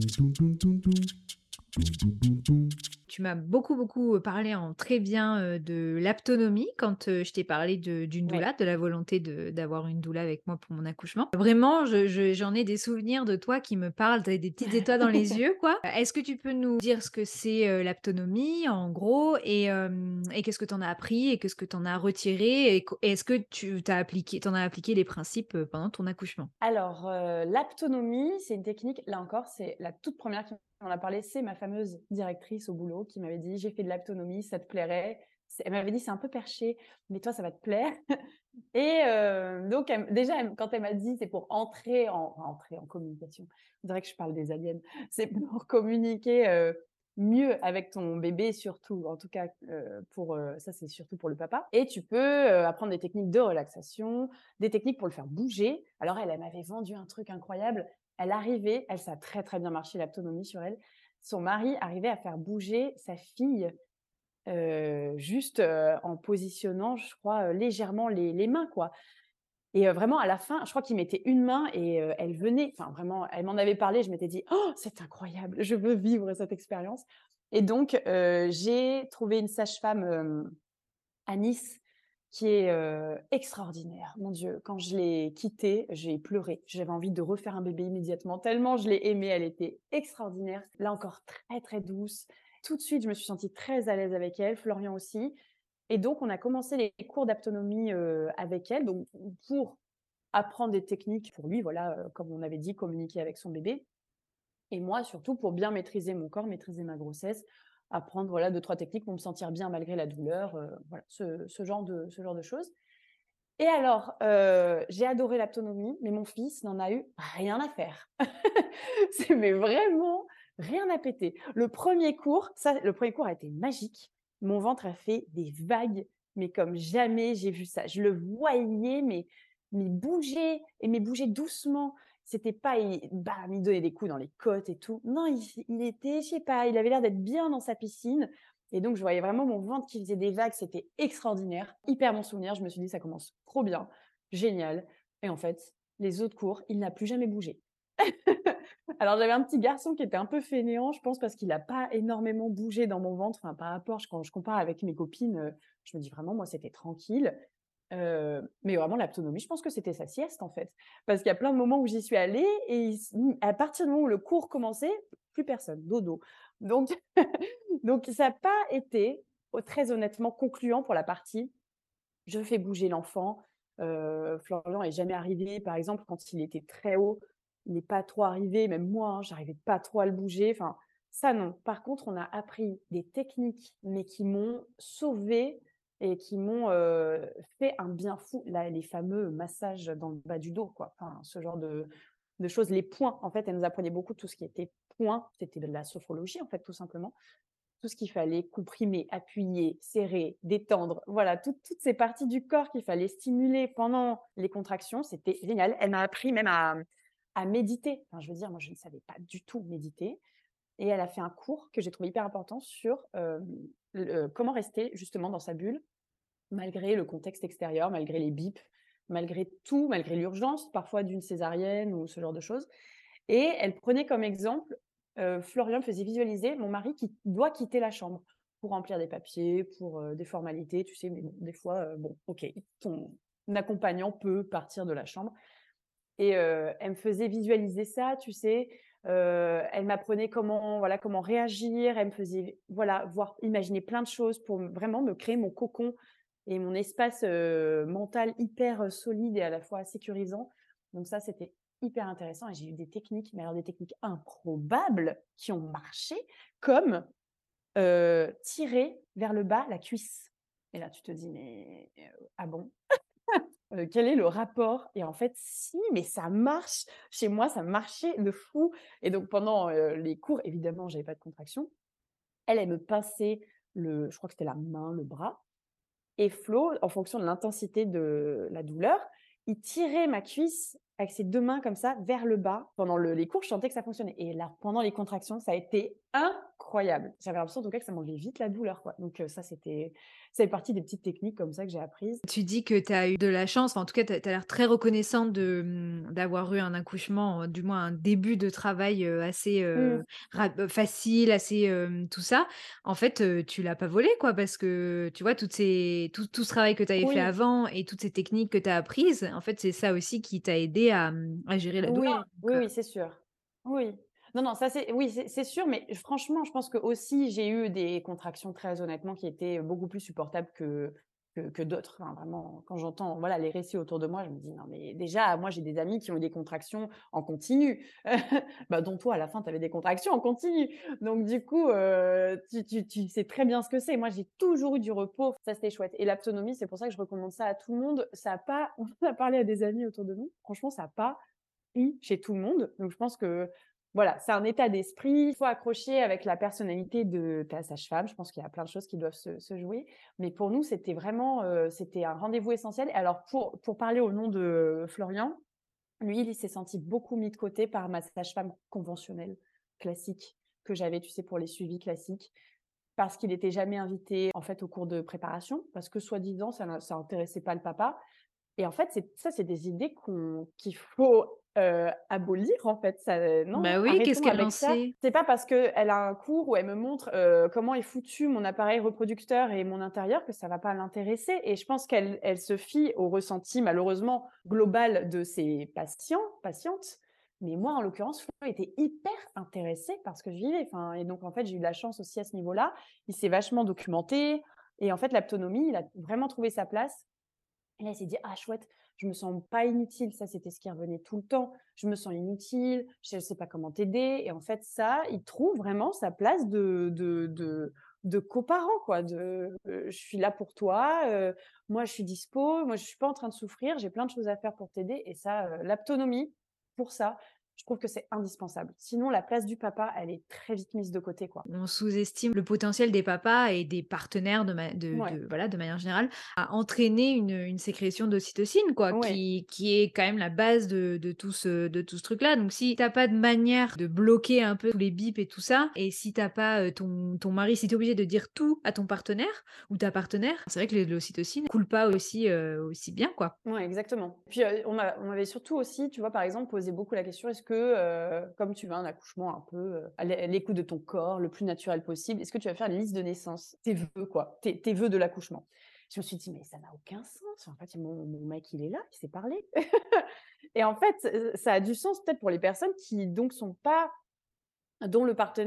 Tu m'as beaucoup, beaucoup, parlé en très bien, de l'aptonomie quand, je t'ai parlé d'une Ouais. doula, de la volonté d'avoir une doula avec moi pour mon accouchement. Vraiment, j'en ai des souvenirs de toi qui me parlent, tu des petites étoiles dans les yeux, quoi. Est-ce que tu peux nous dire ce que c'est, l'aptonomie, en gros et qu'est-ce que tu en as appris et qu'est-ce que tu en as retiré et est-ce que tu tu en as appliqué les principes, pendant ton accouchement? Alors, l'aptonomie, c'est une technique, là encore, c'est la toute première qui m'en a parlé, c'est ma fameuse directrice au boulot qui m'avait dit: «J'ai fait de l'aptonomie, ça te plairait?» Elle m'avait dit: «C'est un peu perché, mais toi, ça va te plaire». Et donc quand elle m'a dit: «C'est pour entrer en communication», on dirait que je parle des aliens. C'est pour communiquer, mieux avec ton bébé surtout, en tout cas, pour, ça c'est surtout pour le papa et tu peux, apprendre des techniques de relaxation, des techniques pour le faire bouger. Alors elle m'avait vendu un truc incroyable. Ça a très, très bien marché l'autonomie sur elle. Son mari arrivait à faire bouger sa fille, juste, en positionnant, je crois, légèrement les mains, quoi et vraiment à la fin, je crois qu'il mettait une main et elle venait enfin vraiment, elle m'en avait parlé, je m'étais dit: «Oh, c'est incroyable, je veux vivre cette expérience» et donc j'ai trouvé une sage-femme, à Nice qui est, extraordinaire. Mon Dieu, quand je l'ai quittée, j'ai pleuré. J'avais envie de refaire un bébé immédiatement tellement je l'ai aimée, elle était extraordinaire. Là encore très, très douce. Tout de suite, je me suis sentie très à l'aise avec elle, Florian aussi et donc on a commencé les cours d'autonomie, avec elle, donc pour apprendre des techniques pour lui, voilà, comme on avait dit, communiquer avec son bébé et moi, surtout pour bien maîtriser mon corps, maîtriser ma grossesse, apprendre, voilà, 2-3 techniques pour me sentir bien malgré la douleur, voilà, ce genre de choses et alors, j'ai adoré l'autonomie, mais mon fils n'en a eu rien à faire. C'est mais vraiment rien à péter. Le premier cours a été magique. Mon ventre a fait des vagues, mais comme jamais j'ai vu ça. Je le voyais, mais bouger mais bouger doucement. C'était pas bam, il donnait des coups dans les côtes et tout. Non, il était, je sais pas, il avait l'air d'être bien dans sa piscine et donc je voyais vraiment mon ventre qui faisait des vagues, c'était extraordinaire. Hyper bon souvenir, je me suis dit: «Ça commence trop bien, génial» et en fait, les autres cours, il n'a plus jamais bougé. Alors j'avais un petit garçon qui était un peu fainéant, je pense parce qu'il a pas énormément bougé dans mon ventre, enfin par rapport quand je compare avec mes copines, je me dis vraiment moi c'était tranquille. Mais vraiment l'autonomie, je pense que c'était sa sieste, en fait. Parce qu'il y a plein de moments où j'y suis allée et à partir du moment où le cours commençait, plus personne, dodo. Donc donc ça a pas été, très honnêtement, concluant pour la partie je fais bouger l'enfant. Florian est jamais arrivé, par exemple, quand il était très haut, il n'est pas trop arrivé, même moi, hein, j'arrivais pas trop à le bouger, enfin, ça non. Par contre, on a appris des techniques, mais qui m'ont sauvée et qui m'ont, fait un bien fou. Là, les fameux massages dans le bas du dos, quoi, enfin, ce genre de choses. Les points, en fait, elle nous apprenait beaucoup tout ce qui était points, c'était de la sophrologie, en fait, tout simplement. Tout ce qu'il fallait comprimer, appuyer, serrer, détendre, voilà, toutes ces parties du corps qu'il fallait stimuler pendant les contractions, c'était génial. Elle m'a appris même à méditer. Enfin, je veux dire, moi, je ne savais pas du tout méditer et elle a fait un cours que j'ai trouvé hyper important sur, comment rester justement dans sa bulle, malgré le contexte extérieur, malgré les bips, malgré tout, malgré l'urgence parfois d'une césarienne ou ce genre de choses. Et elle prenait comme exemple, Florian me faisait visualiser mon mari qui doit quitter la chambre pour remplir des papiers, pour, des formalités, tu sais? Mais bon, des fois, bon, OK, ton accompagnant peut partir de la chambre et elle me faisait visualiser ça, tu sais? Elle m'apprenait comment, voilà, comment réagir. Elle me faisait, voilà, voir imaginer plein de choses pour vraiment me créer mon cocon et mon espace, mental hyper, solide et à la fois sécurisant. Donc ça, c'était hyper intéressant et j'ai eu des techniques, mais alors des techniques improbables qui ont marché, comme, tirer vers le bas la cuisse. Et là, tu te dis: «Mais, ah bon?» Quel est le rapport? Et en fait, si, mais ça marche! Chez moi, ça marchait de fou et donc pendant, les cours, évidemment, j'avais pas de contraction. Elle, elle me pinçait je crois que c'était la main, le bras et Flo, en fonction de l'intensité de la douleur, il tirait ma cuisse avec ses 2 mains comme ça vers le bas. Pendant les cours, je sentais que ça fonctionnait et là, pendant les contractions, ça a été incroyable. J'avais l'impression en tout cas que ça m'enlevait vite la douleur, quoi. Donc ça fait partie des petites techniques comme ça que j'ai apprises. Tu dis que tu as eu de la chance, enfin, en tout cas, tu as l'air très reconnaissante d'avoir eu un accouchement, du moins un début de travail, assez, Mmh. facile, assez, tout ça. En fait, tu l'as pas volé, quoi, parce que, tu vois, tout ce travail que tu avais fait Oui. avant et toutes ces techniques que tu as apprises, en fait, c'est ça aussi qui t'a aidé à gérer la douleur, Oui, donc oui, oui, c'est sûr. Oui. Non, non, ça c'est oui, c'est sûr, mais franchement, je pense que aussi j'ai eu des contractions très honnêtement qui étaient beaucoup plus supportables que d'autres. Enfin, vraiment, quand j'entends, voilà, les récits autour de moi, je me dis: «Non, mais déjà, moi, j'ai des amis qui ont eu des contractions en continu». Bah, dont toi, à la fin, tu avais des contractions en continu. Donc du coup, tu sais très bien ce que c'est. Moi, j'ai toujours eu du repos, ça, c'était chouette et l'autonomie, c'est pour ça que je recommande ça à tout le monde. Ça a pas on en a parlé à des amis autour de nous, franchement, ça a pas chez tout le monde. Donc je pense que, voilà, c'est un état d'esprit. Il faut accrocher avec la personnalité de ta sage-femme. Je pense qu'il y a plein de choses qui doivent se jouer. Mais pour nous, c'était vraiment, c'était un rendez-vous essentiel. Alors pour parler au nom de Florian, lui, il s'est senti beaucoup mis de côté par ma sage-femme conventionnelle, classique, que j'avais, tu sais, pour les suivis classiques. Parce qu'il était jamais invité, en fait, au cours de préparation, parce que soi-disant, ça intéressait pas le papa. Et en fait, c'est des idées qu'il faut, abolir en fait. Ça, bah, non, oui, qu'est-ce arrêtons qu'elle en avec ça. sait? C'est pas parce qu'elle a un cours où elle me montre, comment est foutu mon appareil reproducteur et mon intérieur que ça va pas l'intéresser et je pense qu'elle se fie au ressenti malheureusement global de ses patientes. Mais moi, en l'occurrence, Flo était hyper intéressé par ce que je vivais. Enfin et donc en fait, j'ai eu de la chance aussi à ce niveau-là. Il s'est vachement documenté et en fait, l'autonomie, il a vraiment trouvé sa place et là, il s'est dit: «Ah chouette, je me sens pas inutile». Ça, c'était ce qui revenait tout le temps. «Je me sens inutile, je ne sais pas comment t'aider» et en fait, ça, il trouve vraiment sa place de coparent, quoi, «Je suis là pour toi, moi je suis dispo, moi je suis pas en train de souffrir, j'ai plein de choses à faire pour t'aider» et ça, l'autonomie, pour ça, je trouve que c'est indispensable. Sinon, la place du papa, elle est très vite mise de côté, quoi. On sous-estime le potentiel des papas et des partenaires Ouais, voilà, de manière générale, à entraîner une sécrétion d'ocytocine quoi, ouais. qui est quand même la base de tout ce truc-là. Donc si t'as pas de manière de bloquer un peu tous les bips et tout ça, et si t'as pas, ton mari, si tu es obligé de dire tout à ton partenaire ou ta partenaire, c'est vrai que l'ocytocine coule pas aussi bien, quoi. Ouais, exactement. Puis, on m'avait surtout aussi, tu vois, par exemple, posé beaucoup la question: «Est-ce que, comme tu veux un accouchement un peu, à l'écoute de ton corps, le plus naturel possible, est-ce que tu vas faire une liste de naissance?» Tes vœux quoi, tes vœux de l'accouchement. Je me suis dit: «Mais ça n'a aucun sens. En fait, mon mec, il est là, il sait parler». Et en fait, ça a du sens peut-être pour les personnes qui donc sont pas dont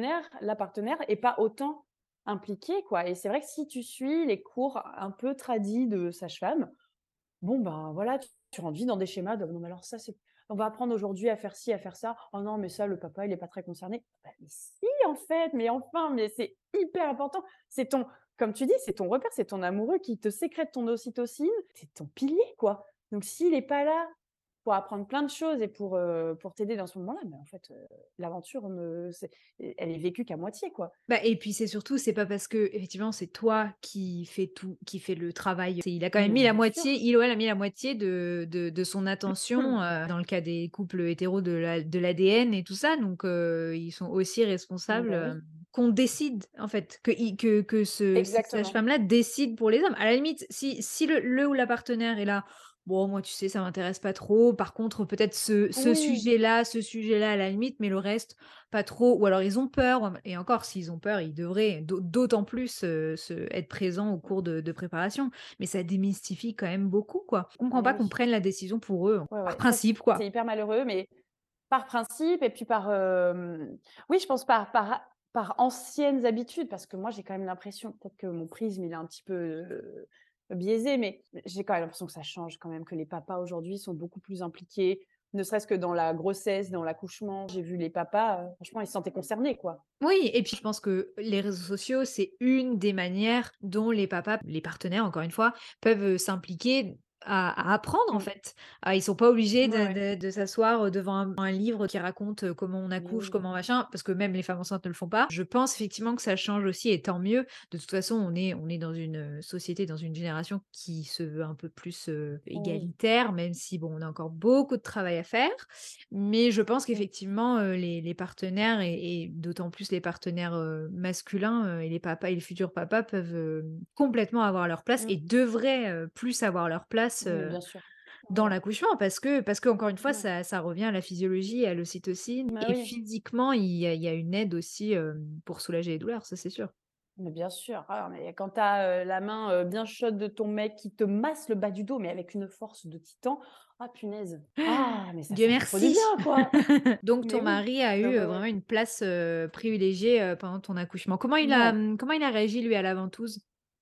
la partenaire est pas autant impliquée, quoi. Et c'est vrai que si tu suis les cours un peu tradis de sage-femme, bon, ben, voilà, tu rentres vite dans des schémas de: «Non, mais alors ça, c'est on va apprendre aujourd'hui à faire ci, à faire ça. Oh non, mais ça, le papa, il est pas très concerné». Bah, mais si, en fait, mais enfin, mais c'est hyper important. C'est ton Comme tu dis, c'est ton repère, c'est ton amoureux qui te sécrète ton ocytocine, c'est ton pilier, quoi. Donc s'il est pas là pour apprendre plein de choses et pour t'aider dans ce moment-là, mais en fait, l'aventure elle est vécue qu'à moitié, quoi. Bah et puis c'est surtout, c'est pas parce que effectivement c'est toi qui fais tout, qui fait le travail. C'est il a quand même Mais mis la bien moitié, sûr. il ou elle a mis la moitié de son attention, dans le cas des couples hétéros de l'ADN et tout ça, donc ils sont aussi responsables, Bah, oui, qu'on décide en fait, que ce cette exactement. sage-femme-là décide pour les hommes. À la limite, si le ou la partenaire est là: «Bon moi tu sais ça m'intéresse pas trop, par contre peut-être Oui, ce sujet-là à la limite, mais le reste pas trop», ou alors ils ont peur, et encore s'ils ont peur, ils devraient d'autant plus, être présents au cours de préparation. Mais ça démystifie quand même beaucoup, quoi. Je comprends mais pas qu'on oui. prenne la décision pour eux, Ouais, par ouais, ça principe, c'est quoi. hyper malheureux, mais par principe et puis oui, je pense par anciennes habitudes, parce que moi, j'ai quand même l'impression, peut-être que mon prisme, il est un petit peu, biaisé, mais j'ai quand même l'impression que ça change quand même, que les papas aujourd'hui sont beaucoup plus impliqués, ne serait-ce que dans la grossesse, dans l'accouchement. J'ai vu les papas, franchement, ils se sentaient concernés, quoi. Oui, et puis je pense que les réseaux sociaux, c'est une des manières dont les papas, les partenaires encore une fois, peuvent, s'impliquer à apprendre en Mmh. fait. Ils sont pas obligés Ouais, ouais. de s'asseoir, devant un livre qui raconte, comment on Mais accouche, oui. comment machin, parce que même les femmes enceintes ne le font pas. Je pense effectivement que ça change aussi, et tant mieux. De toute façon, on est dans une, société, dans une génération qui se veut un peu plus, Oui. égalitaire, même si bon, on a encore beaucoup de travail à faire. Mais je pense Mmh. qu'effectivement, les partenaires, et d'autant plus les partenaires, masculins, et les papas et les futurs papas peuvent, complètement avoir leur place, et Mmh. devraient, plus avoir leur place, Mais bien sûr. Ouais, dans ouais. l'accouchement, parce que encore une fois Ouais. ça revient à la physiologie et à l'ocytocine, Bah et oui. physiquement il y a une aide aussi, pour soulager les douleurs, ça c'est sûr. Mais bien sûr. Ah, mais quand tu as, la main, bien chaude de ton mec qui te masse le bas du dos, mais avec une force de titan, ah punaise! Ah, mais Dieu ça fait trop du bien, merci! quoi! Donc ton Mais oui. mari a Non, eu, ouais, vraiment ouais. une place, privilégiée, pendant ton accouchement. Non, Comment il a réagi lui à la ventouse?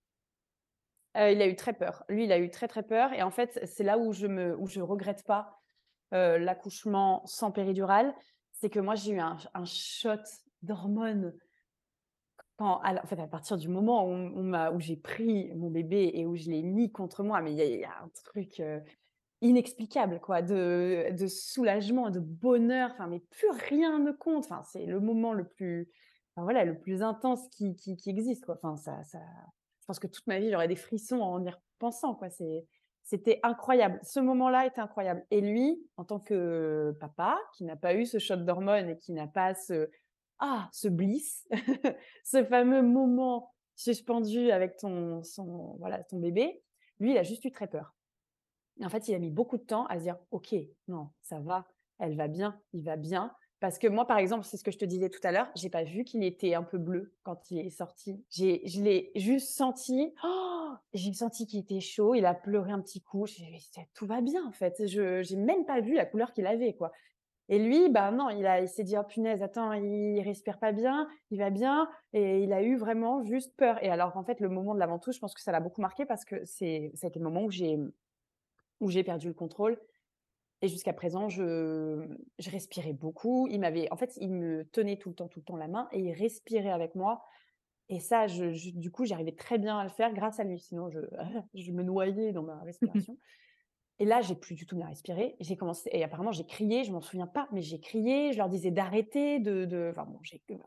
il a eu très peur. Lui, il a eu très, très peur et en fait, c'est là où je regrette pas, l'accouchement sans péridurale. C'est que moi, j'ai eu un shot d'hormones quand en fait, à partir du moment où j'ai pris mon bébé et où je l'ai mis contre moi, mais il y a un truc, inexplicable quoi, de soulagement, de bonheur, enfin mais plus rien ne compte. Enfin, c'est le moment le plus enfin voilà, le plus intense qui existe quoi. Enfin ça je pense que toute ma vie, j'aurais des frissons en y repensant quoi. C'était incroyable. Ce moment-là était incroyable et lui, en tant que papa, qui n'a pas eu ce shot d'hormones et qui n'a pas ce bliss, ce fameux moment suspendu avec ton bébé, lui, il a juste eu très peur. Et en fait, il a mis beaucoup de temps à se dire: «OK, non, ça va, elle va bien, il va bien». Parce que moi, par exemple, c'est ce que je te disais tout à l'heure, j'ai pas vu qu'il était un peu bleu quand il est sorti. Je l'ai juste senti, j'ai senti qu'il était chaud, il a pleuré un petit coup, j'ai dit: «Tout va bien, en fait». Je j'ai même pas vu la couleur qu'il avait, quoi. Et lui, bah, non, il s'est dit: «Oh punaise, attends, il respire pas bien, il va bien» et il a eu vraiment juste peur. Et alors qu'en fait, le moment de la ventouse, je pense que ça l'a beaucoup marqué parce que ça a été le moment où j'ai perdu le contrôle et jusqu'à présent, je respirais beaucoup. En fait, il me tenait tout le temps la main et il respirait avec moi et ça, du coup, j'arrivais très bien à le faire grâce à lui. Sinon, je me noyais dans ma respiration et là, j'ai plus du tout bien respirer. J'ai commencé et apparemment, j'ai crié, je m'en souviens pas, mais j'ai crié, je leur disais d'arrêter enfin bon,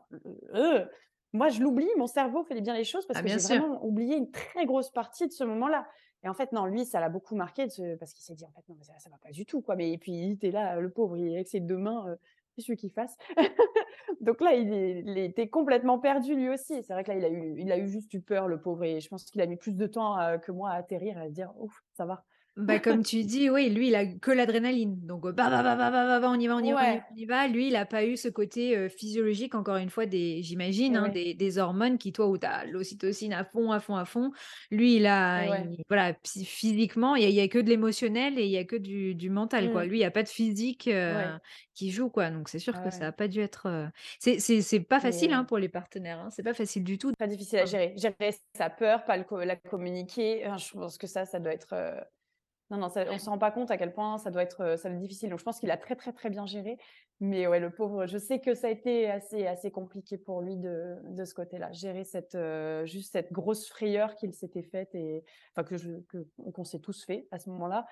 moi, je l'oublie, mon cerveau fait bien les choses parce Ah que bien j'ai sûr. vraiment oublié une très grosse partie de ce moment-là et en fait, non, lui, ça l'a beaucoup marqué parce qu'il s'est dit: «En fait, non, mais ça va pas du tout, quoi». Mais et puis, il était là, le pauvre, il est avec ses 2 mains, qu'est-ce que tu veux qu'il fasse? Donc là, il était complètement perdu lui aussi. C'est vrai que là, il a eu juste eu peur, le pauvre et je pense qu'il a mis plus de temps, que moi à atterrir et à se dire: «Ouf, ça va». Bah, comme tu dis, oui, lui, il a que l'adrénaline. Donc, on y va, on y va, on y va, Ouais, on y va. Lui, il a pas eu ce côté, physiologique, encore une fois, j'imagine, et hein, ouais, des hormones qui, toi, où tu as l'ocytocine à fond, à fond, à fond. Lui, et ouais. voilà, physiquement, il y a que de l'émotionnel et il y a que du mental, quoi. Mmh. Lui, il y a pas de physique, Ouais, qui joue, quoi. Donc c'est sûr ouais, que ça ouais. a pas dû être, c'est pas facile, hein, Mais pour les partenaires, hein. C'est pas facile du tout. très difficile à gérer. Gérer sa peur, pas la communiquer, je pense que ça doit être, non, non, ça on se rend pas compte à quel point ça doit être difficile. Donc je pense qu'il a très, très, très bien géré. Mais ouais, le pauvre, je sais que ça a été assez compliqué pour lui de ce côté-là. Gérer juste cette grosse frayeur qu'il s'était faite et enfin qu'on s'est tous fait à ce moment-là.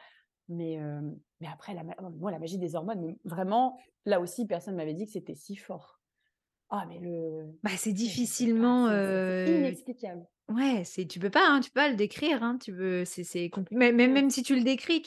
Mais après moi la magie des hormones, mais vraiment, là aussi, personne m'avait dit que c'était si fort. Ah mais Bah, c'est je sais pas, difficilement, c'est inexplicable. ouais, tu peux pas, hein, tu peux pas le décrire, hein, c'est compli mais Mmh. même si tu le décris,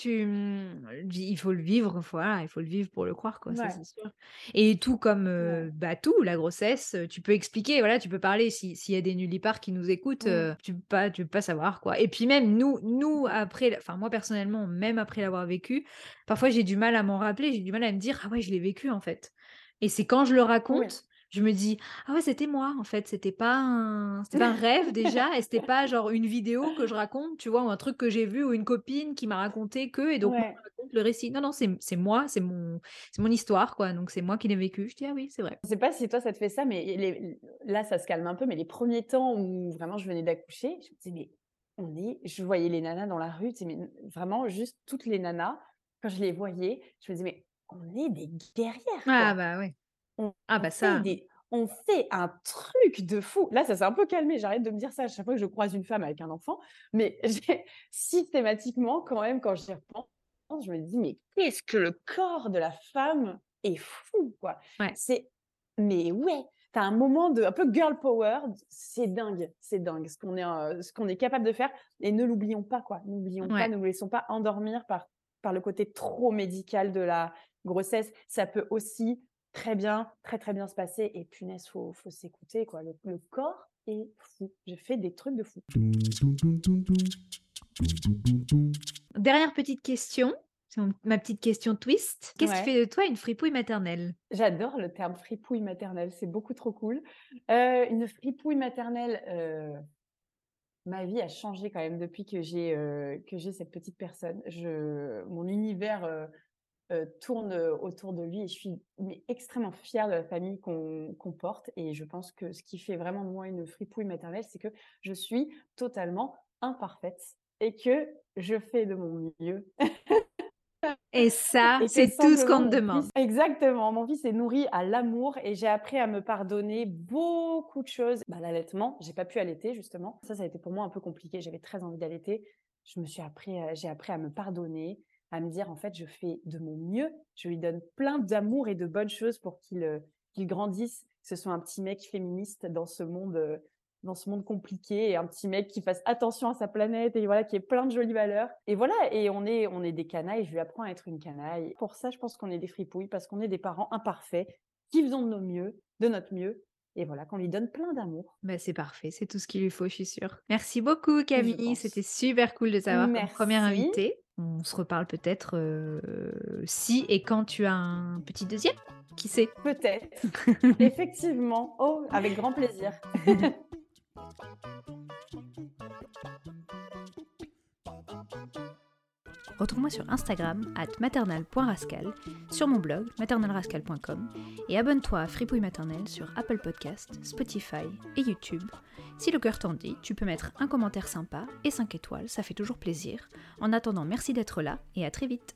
il faut le vivre, voilà, il faut le vivre pour le croire, quoi, ça, Ouais, c'est sûr. Et tout comme, ouais. bah, tout, la grossesse, tu peux expliquer, voilà, tu peux parler s'il y a des nullipares qui nous écoutent, Mmh. tu peux pas savoir, quoi. Et puis même nous après enfin moi personnellement, même après l'avoir vécu, parfois j'ai du mal à m'en rappeler, j'ai du mal à me dire: «Ah ouais, je l'ai vécu, en fait». Et c'est quand je le Oui. raconte, je me dis: ah ouais, c'était moi, en fait, c'était pas un rêve déjà et c'était pas genre une vidéo que je raconte, tu vois? Ou un truc que j'ai vu ou une copine qui m'a raconté que et donc moi Ouais. je raconte le récit. Non, non, c'est moi, c'est mon histoire, quoi, donc c'est moi qui l'ai vécu. Je dis: «Ah oui, c'est vrai». Je sais pas si toi ça te fait ça, mais là ça se calme un peu, mais les premiers temps où vraiment je venais d'accoucher, je me disais: «Mais je voyais les nanas dans la rue, tu sais, mais vraiment juste toutes les nanas, quand je les voyais, je me disais: «Mais on est des guerrières, Ah quoi. bah, ouais. On Ah on bah fait ça, des on fait un truc de fou». Là, ça s'est un peu calmé, j'arrête de me dire ça à chaque fois que je croise une femme avec un enfant, mais j'ai systématiquement quand même quand j'y repense, je me dis: «Mais qu'est-ce que le corps de la femme est fou, quoi!» ouais, C'est mais ouais, tu as un moment de un peu girl power, c'est dingue ce qu'on est capable de faire et ne l'oublions pas, quoi. N'oublions pas, ouais. ne nous laissons pas endormir par le côté trop médical de la grossesse. Ça peut aussi très bien, très, très bien se passer et punaise, faut s'écouter, quoi. Le corps est fou. J'ai fait des trucs de fou. Dernière petite question, c'est ma petite question twist. Qu'est-ce qui Ouais, fait de toi une fripouille maternelle? j'adore le terme fripouille maternelle, c'est beaucoup trop cool. Une fripouille maternelle, ma vie a changé quand même depuis que j'ai cette petite personne. Mon univers, tourne, autour de lui et je suis mais extrêmement fière de la famille qu'on porte et je pense que ce qui fait vraiment de moi une fripouille maternelle, c'est que je suis totalement imparfaite et que je fais de mon mieux Et ça, et que c'est tout ce simplement qu'on te mon fils demande. exactement, mon fils est nourri à l'amour et j'ai appris à me pardonner beaucoup de choses. Bah, l'allaitement, j'ai pas pu allaiter justement. Ça a été pour moi un peu compliqué. J'avais très envie d'allaiter. J'ai appris à me pardonner, à me dire: «En fait, je fais de mon mieux». Je lui donne plein d'amour et de bonnes choses pour qu'il grandisse, que ce soit un petit mec féministe dans ce monde compliqué et un petit mec qui fasse attention à sa planète et voilà, qui ait plein de jolies valeurs et voilà et on est des canailles, je lui apprends à être une canaille. Pour ça, je pense qu'on est des fripouilles parce qu'on est des parents imparfaits qui faisons de notre mieux et voilà, qu'on lui donne plein d'amour, Bah, c'est parfait, c'est tout ce qu'il lui faut, je suis sûre. Merci beaucoup je Camille, c'était pense. super cool de t'avoir comme première Merci, invitée. On se reparle peut-être, si et quand tu as un petit deuxième, qui sait? peut-être. Effectivement. Oh, avec grand plaisir. Retrouve-moi sur Instagram @maternal.rascal, sur mon blog maternalrascal.com et abonne-toi à Fripouille Maternelle sur Apple Podcast, Spotify et YouTube. Si le cœur t'en dit, tu peux mettre un commentaire sympa et 5 étoiles, ça fait toujours plaisir. En attendant, merci d'être là et à très vite.